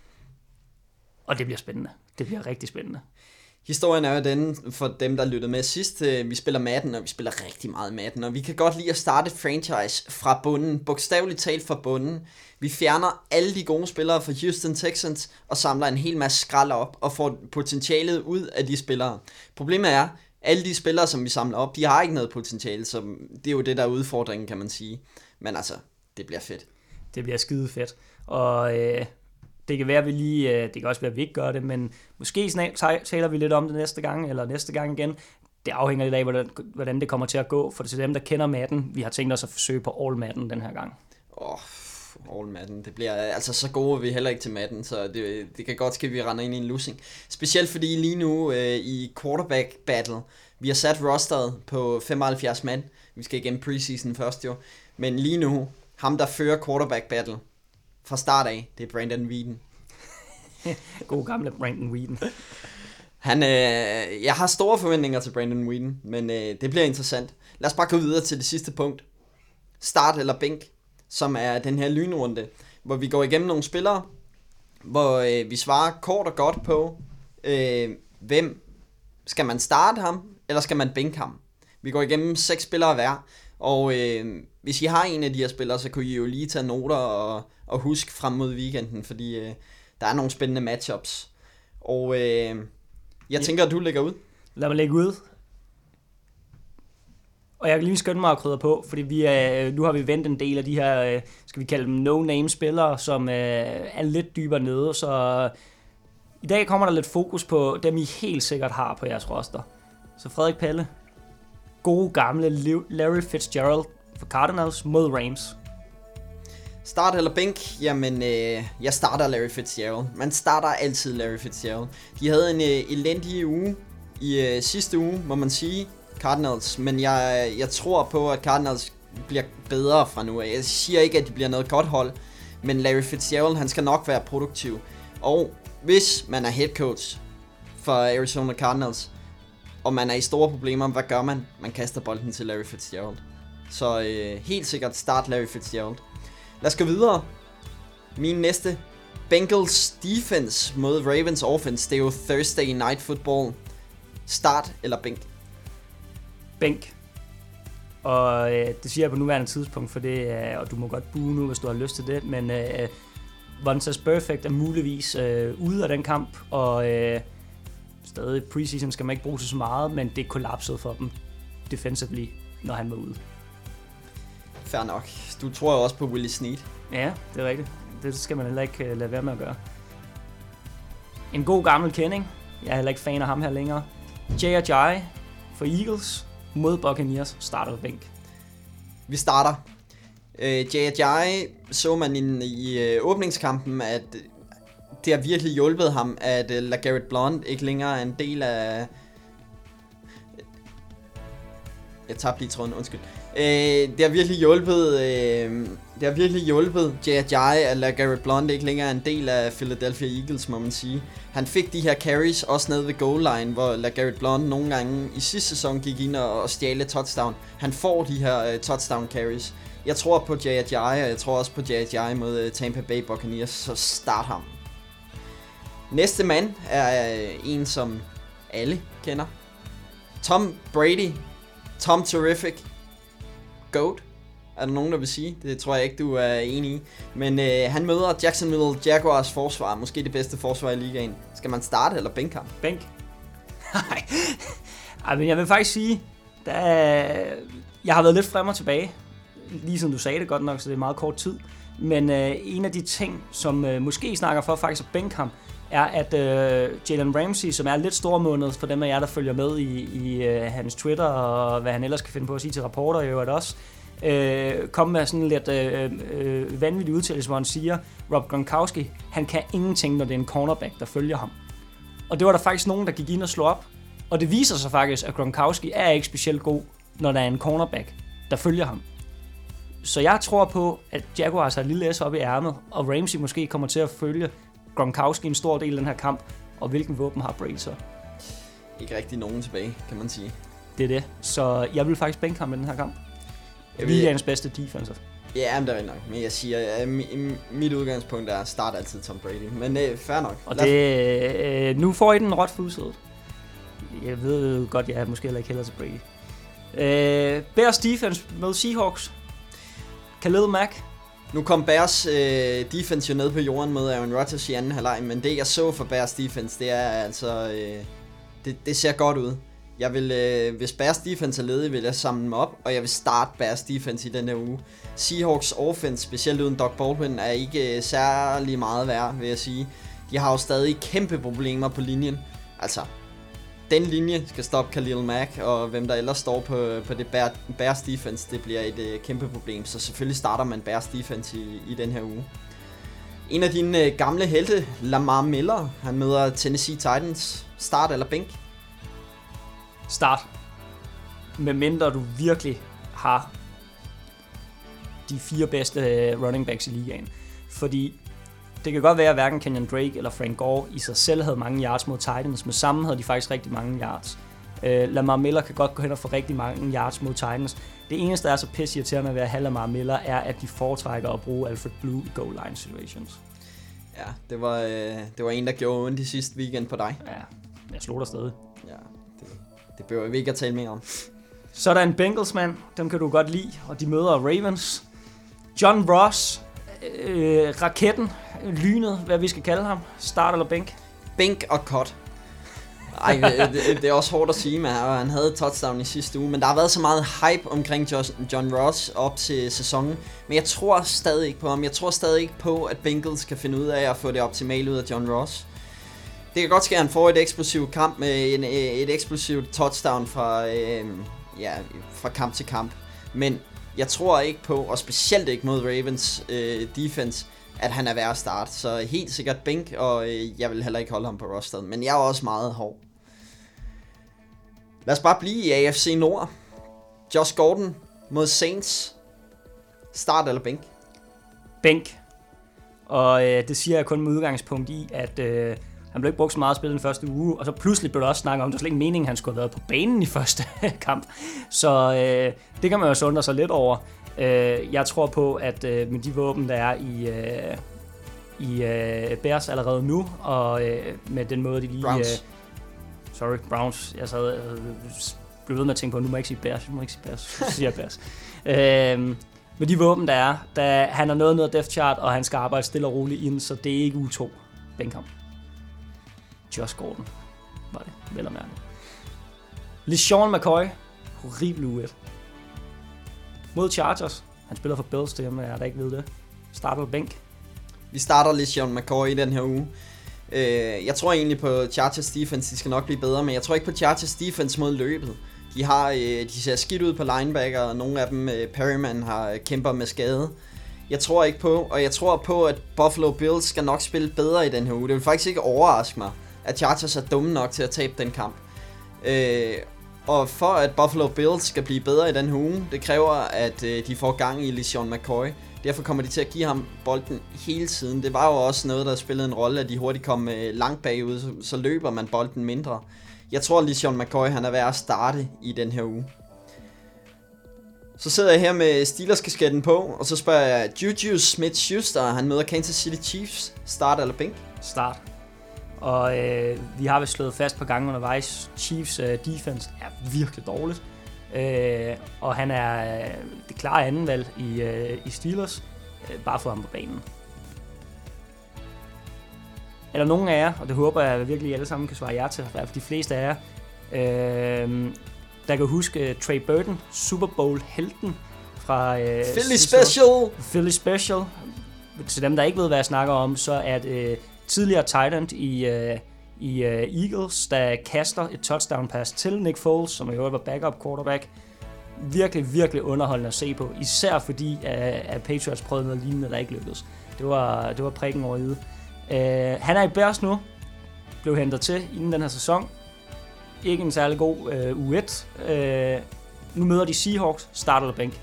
Og det bliver spændende. Det bliver rigtig spændende. Historien er jo den, for dem, der lyttede med sidst, vi spiller Madden, og vi spiller rigtig meget Madden, og vi kan godt lide at starte et franchise fra bunden, bogstaveligt talt fra bunden. Vi fjerner alle de gode spillere fra Houston Texans, og samler en hel masse skrald op, og får potentialet ud af de spillere. Problemet er, alle de spillere, som vi samler op, de har ikke noget potentiale, så det er jo det, der er udfordringen, kan man sige. Men altså, det bliver fedt. Det bliver skide fedt, og øh, det kan være, at vi lige, øh, det kan også være, at vi ikke gør det, men måske snart taler vi lidt om det næste gang, eller næste gang igen. Det afhænger lidt af, hvordan, hvordan det kommer til at gå, for til dem, der kender Madden, vi har tænkt os at forsøge på All Madden den her gang. Åh, oh, All Madden, det bliver, altså så gode er vi heller ikke til Madden, så det, det kan godt ske, at vi render ind i en losing. Specielt fordi lige nu øh, i quarterback battle, vi har sat rosteret på femoghalvfjerds mand, vi skal igennem preseason først jo, men lige nu, ham der fører quarterback battle fra start af, det er Brandon Weeden. God gamle Brandon Weeden. Han, øh, jeg har store forventninger til Brandon Weeden, men øh, det bliver interessant. Lad os bare gå videre til det sidste punkt. Start eller bænk, som er den her lynrunde, hvor vi går igennem nogle spillere, hvor øh, vi svarer kort og godt på, øh, hvem skal man starte ham, eller skal man bænke ham. Vi går igennem seks spillere hver, og øh, hvis I har en af de her spillere, så kunne I jo lige tage noter og, og huske frem mod weekenden, fordi øh, der er nogle spændende matchups. Og øh, jeg tænker, at du lægger ud. Lad mig lægge ud. Og jeg kan lige skynde mig at krydre på, fordi vi er, nu har vi vendt en del af de her, skal vi kalde dem no-name-spillere, som er lidt dybere nede, så i dag kommer der lidt fokus på dem, I helt sikkert har på jeres roster. Så Frederik Palle, gode gamle Larry Fitzgerald for Cardinals mod Rams. Start eller bænk? Jamen, øh, jeg starter Larry Fitzgerald. Man starter altid Larry Fitzgerald. De havde en øh, elendig uge i øh, sidste uge, må man sige, Cardinals. Men jeg, jeg tror på, at Cardinals bliver bedre fra nu af. Jeg siger ikke, at de bliver noget godt hold, men Larry Fitzgerald, han skal nok være produktiv. Og hvis man er head coach for Arizona Cardinals, og man er i store problemer, hvad gør man? Man kaster bolden til Larry Fitzgerald. Så øh, helt sikkert start Larry Fitzgerald. Lad os gå videre. Min næste. Bengals defense mod Ravens offense. Det er jo Thursday Night Football. Start eller bænk? Bænk. Og øh, det siger jeg på nuværende tidspunkt, for det er, og du må godt bue nu, hvis du har lyst til det, men øh, Vontaze Burfict er muligvis øh, ude af den kamp, og øh, stadig preseason skal man ikke bruge så meget, men det kollapsede for dem defensively, når han var ude. Fair nok. Du tror jo også på Willie Snead. Ja, det er rigtigt. Det skal man heller ikke lade være med at gøre. En god gammel kending. Jeg er heller ikke fan af ham her længere. J J for Eagles mod Buccaneers starter bænk. Vi starter. Uh, J J så man i, i uh, åbningskampen, at det har virkelig hjulpet ham, at uh, LeGarrette Blount ikke længere er en del af... Jeg tabte lige tråden, undskyld. Uh, det har virkelig hjulpet uh, det har virkelig hjulpet J J, at LeGarrette Blount ikke længere er en del af Philadelphia Eagles, må man sige. Han fik de her carries også nede ved goal line, hvor LeGarrette Blount nogle gange i sidste sæson gik ind og, og stjal et touchdown. Han får de her uh, touchdown carries. Jeg tror på J J, og jeg tror også på J J mod uh, Tampa Bay Buccaneers, så start ham. Næste mand er uh, en, som alle kender. Tom Brady. Tom Terrific. GOAT. Er der nogen, der vil sige? Det tror jeg ikke, du er enig i. Men øh, han møder Jacksonville Jaguars forsvar. Måske det bedste forsvar i ligaen. Skal man starte eller bænke ham? Bænk. Nej. Ej, men jeg vil faktisk sige, der er... jeg har været lidt frem og tilbage. Lige som du sagde det godt nok, så det er meget kort tid. Men øh, en af de ting, som øh, måske snakker for faktisk at bænke ham, er, at øh, Jalen Ramsey, som er lidt stormånet for dem af jer, der følger med i, i øh, hans Twitter, og hvad han ellers kan finde på at sige til rapporter, jo at også, øh, komme med sådan lidt øh, øh, vanvittig udtalelse, hvor han siger, Rob Gronkowski, han kan ingenting, når det er en cornerback, der følger ham. Og det var der faktisk nogen, der gik ind og slog op. Og det viser sig faktisk, at Gronkowski er ikke specielt god, når der er en cornerback, der følger ham. Så jeg tror på, at Jaguars har et lille S op i ærmet, og Ramsey måske kommer til at følge Gronkowski en stor del af den her kamp, og hvilken våben har Brady så? Ikke rigtig nogen tilbage, kan man sige. Det er det. Så jeg vil faktisk bænke ham i den her kamp. Vi er hans bedste defensive. Ja, men det er nok. Men jeg siger, at mit udgangspunkt er at starte altid Tom Brady. Men øh, fair nok. Og det, øh, nu får I den råt for udsædet. Jeg ved godt, jeg er måske heller ikke hælder til Brady. Øh, Bears defense med Seahawks. Khalil Mack. Nu kom Bears øh, defense jo ned på jorden med Aaron Rodgers i anden halvleg, men det jeg så for Bears defense, det er altså, øh, det, det ser godt ud. Jeg vil, øh, hvis Bears defense er ledig, vil jeg samle dem op, og jeg vil starte Bears defense i den her uge. Seahawks offense, specielt uden Doug Baldwin, er ikke øh, særlig meget værd, vil jeg sige. De har jo stadig kæmpe problemer på linjen. Altså, den linje skal stoppe Khalil Mack, og hvem der ellers står på, på det Bears defense, det bliver et øh, kæmpe problem. Så selvfølgelig starter man Bears defense i, i den her uge. En af dine øh, gamle helte, Lamar Miller, han møder Tennessee Titans. Start eller bænk? Start. Med mindre du virkelig har de fire bedste running backs i ligaen. Fordi det kan godt være, at hverken Kenyon Drake eller Frank Gore i sig selv havde mange yards mod Titans, men sammen havde de faktisk rigtig mange yards. Uh, Lamar Miller kan godt gå hen og få rigtig mange yards mod Titans. Det eneste, der er så pisseirriterende ved at have Lamar Miller, er, at de foretrækker at bruge Alfred Blue i goal line situations. Ja, det var, øh, det var en, der gjorde ondt i sidste weekend på dig. Ja, jeg slog dig stadig. Ja, det, det behøver vi ikke at tale mere om. Så er der en Bengals mand, dem kan du godt lide, og de møder Ravens. John Ross, øh, raketten, lynet, hvad vi skal kalde ham. Start eller bænk? Bænk og cut. Ej, det, det er også hårdt at sige, men han havde touchdown i sidste uge, men der har været så meget hype omkring John Ross op til sæsonen, men jeg tror stadig ikke på ham. Jeg tror stadig ikke på, at Bengals kan finde ud af at få det optimale ud af John Ross. Det kan godt ske, at han får et eksplosivt kamp med en, et eksplosivt touchdown fra, øh, ja, fra kamp til kamp, men jeg tror ikke på, og specielt ikke mod Ravens øh, defense, at han er værd at starte. Så helt sikkert bænk, og øh, jeg vil heller ikke holde ham på rosteret. Men jeg er også meget hård. Lad os bare blive i A F C Nord. Josh Gordon mod Saints. Start eller bænk? Bænk. Og øh, det siger jeg kun med udgangspunkt i, at øh, han blev ikke brugt så meget at spille den første uge. Og så pludselig blev der også snakket om, at det var slet ikke meningen, at han skulle have været på banen i første kamp. Så øh, det kan man jo så undre sig lidt over. Jeg tror på, at med de våben, der er i, i Bears allerede nu, og med den måde, de lige... Browns. Sorry, Browns. Jeg sad jeg blev ved med at tænke på, nu må jeg ikke sige Bears. Nu må jeg ikke sige Bears. Så siger jeg Bears. Med de våben, der er, der, han er noget ned af depth chart, og han skal arbejde stille og roligt ind, så det er ikke U to. Bænkham. Josh Gordon var det, vel at mærke. LeSean McCoy. Horrible U et. Mod Chargers. Han spiller for Bills, det er der ikke ved det. Starter bænk. Vi starter LeSean McCoy i den her uge. Jeg tror egentlig på Chargers defense, de skal nok blive bedre, men jeg tror ikke på Chargers defense mod løbet. De har, de ser skidt ud på linebacker, og nogle af dem, Perryman, har kæmper med skade. Jeg tror ikke på, og jeg tror på, at Buffalo Bills skal nok spille bedre i den her uge. Det vil faktisk ikke overraske mig, at Chargers er dumme nok til at tabe den kamp. Og for at Buffalo Bills skal blive bedre i den her uge, det kræver, at øh, de får gang i LeSean McCoy. Derfor kommer de til at give ham bolden hele tiden. Det var jo også noget, der spillede en rolle, at de hurtigt kom øh, langt bagud, så, så løber man bolden mindre. Jeg tror, at LeSean McCoy han er værd at starte i den her uge. Så sidder jeg her med Steelers-kasketten på, og så spørger jeg Juju Smith-Schuster, han møder Kansas City Chiefs. Start eller bænk? Start. Og øh, vi har vist slået fast på gange undervejs, Chiefs øh, defense er virkelig dårligt. Øh, og han er øh, det klare andenvalg i, øh, i Steelers. Øh, bare få ham på banen. Er der nogen af jer, og det håber jeg virkelig, I alle sammen kan svare jer til, i hvert fald de fleste af jer, øh, der kan huske Trey Burton, Super Bowl-helten fra øh, Philly Special! Philly Special. Til dem, der ikke ved, hvad jeg snakker om, så er det øh, tidligere tight end i, øh, i øh, Eagles, der kaster et touchdown pass til Nick Foles, som i øvrigt var backup quarterback. Virkelig, virkelig underholdende at se på, især fordi øh, at Patriots prøvede noget lignende, der ikke lykkedes. Det var, det var prikken over ide. Øh, han er i Bears nu, blev hentet til inden den her sæson. Ikke en særlig god øh, U et. Øh, nu møder de Seahawks, start eller bænk.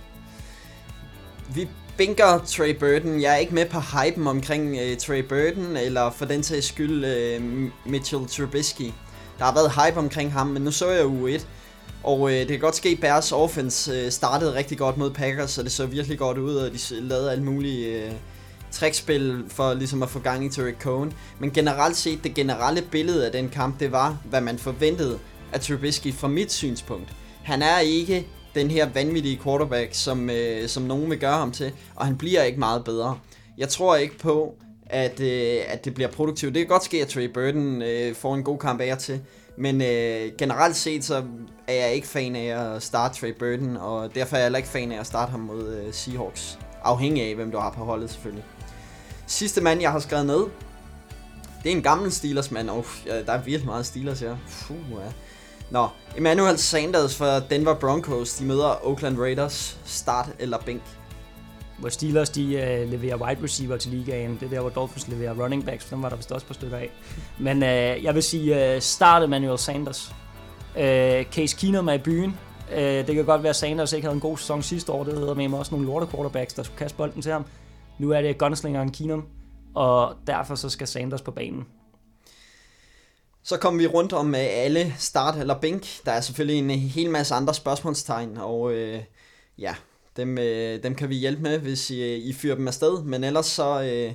Vi bænker Trey Burton. Jeg er ikke med på hypen omkring øh, Trey Burton, eller for den sags skyld øh, Mitchell Trubisky. Der har været hype omkring ham, men nu så jeg U et. Og øh, det kan godt ske, at Bears offense øh, startede rigtig godt mod Packers, så det så virkelig godt ud, og de lavede alt muligt øh, trickspil for ligesom at få gang i Tariq Cohen. Men generelt set, det generelle billede af den kamp, det var, hvad man forventede af Trubisky fra mit synspunkt. Han er ikke den her vanvittige quarterback, som, øh, som nogen vil gøre ham til, og han bliver ikke meget bedre. Jeg tror ikke på, at, øh, at det bliver produktivt. Det kan godt ske, at Trey Burton øh, får en god kamp af jer til, men øh, generelt set, så er jeg ikke fan af at starte Trey Burton, og derfor er jeg heller ikke fan af at starte ham mod øh, Seahawks. Afhængig af, hvem du har på holdet selvfølgelig. Sidste mand, jeg har skrevet ned, det er en gammel Steelers-mand. Oh, ja, der er virkelig meget Steelers her. Puh, ja. Nå, Emmanuel Sanders for Denver Broncos, de møder Oakland Raiders. Start eller bænk? Hvor Steelers, de uh, leverer wide receiver til ligaen. Det er der, hvor Dolphins leverer running backs. Dem var der vist også et par stykker af. Men uh, jeg vil sige, uh, start Emmanuel Sanders. Uh, Case Keenum er i byen. Uh, det kan godt være, at Sanders ikke havde en god sæson sidste år. Det hedder med mig også nogle lorte quarterbacks, der skulle kaste bolden til ham. Nu er det gunslingeren Keenum, og derfor så skal Sanders på banen. Så kommer vi rundt om alle start eller bænk. Der er selvfølgelig en hel masse andre spørgsmålstegn, og øh, ja, dem, øh, dem kan vi hjælpe med, hvis I, I fyrer dem afsted. Men ellers så, øh,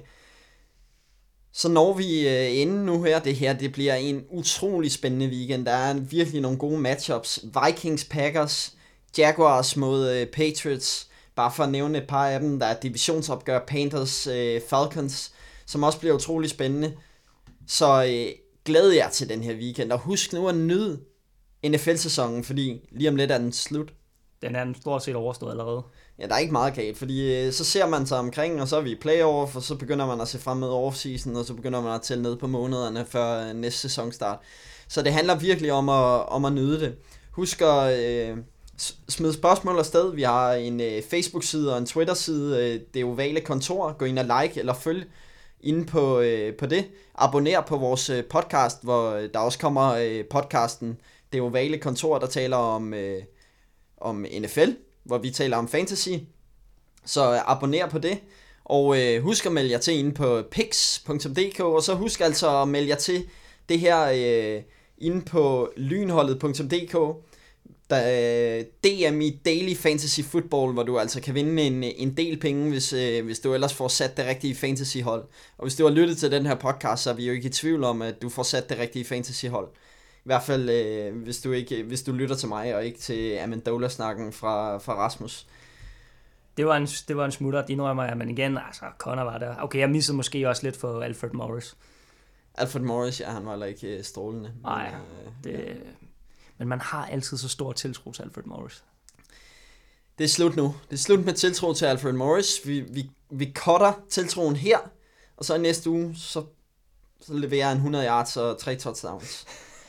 så når vi øh, inde nu her. Det her det bliver en utrolig spændende weekend. Der er virkelig nogle gode matchups. Vikings, Packers, Jaguars mod øh, Patriots. Bare for at nævne et par af dem. Der er divisionsopgør, Panthers, øh, Falcons, som også bliver utrolig spændende. Så øh, glæder jer til den her weekend, og husk nu at nyde N F L-sæsonen, fordi lige om lidt er den slut. Den er stort set overstået allerede. Ja, der er ikke meget galt, fordi øh, så ser man sig omkring, og så er vi i playoff, og så begynder man at se frem mod offseason, og så begynder man at tælle ned på månederne før øh, næste sæsonstart. Så det handler virkelig om at, om at nyde det. Husk at øh, smide spørgsmål afsted. Vi har en øh, Facebook-side og en Twitter-side, øh, Det Ovale Kontor. Gå ind og like eller følg inde på, øh, på det. Abonner på vores øh, podcast, hvor der også kommer øh, podcasten Det Ovale Kontor, der taler om, øh, om N F L, hvor vi taler om fantasy. Så øh, abonner på det. Og øh, husk at melde jer til inde på pix punktum d k, og så husk altså at melde jer til det her øh, inde på lynholdet punktum d k. Der, D M i Daily Fantasy Football, hvor du altså kan vinde en, en del penge, hvis, øh, hvis du ellers får sat det rigtige fantasyhold. Og hvis du har lyttet til den her podcast, så er vi jo ikke i tvivl om, at du får sat det rigtige fantasyhold. I hvert fald, øh, hvis, du ikke, hvis du lytter til mig, og ikke til Amendola-snakken fra, fra Rasmus. Det var en, det var en smutter, det indrømmer jeg, men igen, altså, Connor var der. Okay, jeg missede måske også lidt for Alfred Morris. Alfred Morris, ja, han var heller ikke øh, strålende. Nej, men, øh, det... ja. Men man har altid så stor tiltro til Alfred Morris. Det er slut nu. Det er slut med tiltro til Alfred Morris. Vi, vi, vi cutter tiltroen her, og så i næste uge, så, så leverer han hundrede yards og tre touchdowns.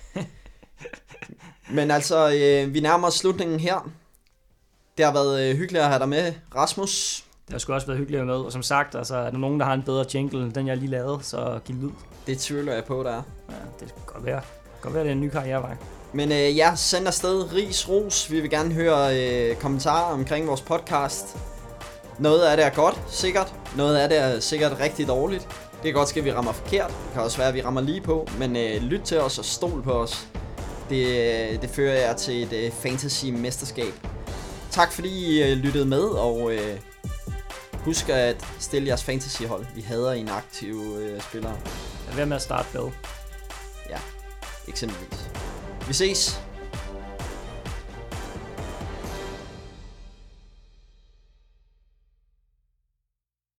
Men altså, øh, vi nærmer os slutningen her. Det har været øh, hyggeligt at have dig med, Rasmus. Det har sgu også været hyggeligt at med, og som sagt, altså, er der nogen, der har en bedre jingle end den, jeg lige lavede, så giv lyd. Det tvivler jeg på, der er. Ja, det kan godt være. Det kan godt være, det er en ny karrierevej. Men øh, ja, send afsted ris, ros. Vi vil gerne høre øh, kommentarer omkring vores podcast. Noget af det er godt, sikkert. Noget af det er sikkert rigtig dårligt. Det kan godt ske, at vi rammer forkert. Det kan også være, at vi rammer lige på. Men øh, lyt til os og stol på os. Det, det fører jer til et øh, fantasy-mesterskab. Tak fordi I øh, lyttede med, og øh, husk at stille jeres fantasy-hold. Vi hader inaktive øh, spillere. Lad være med at starte Bell. Ja, eksempelvis. Vi ses.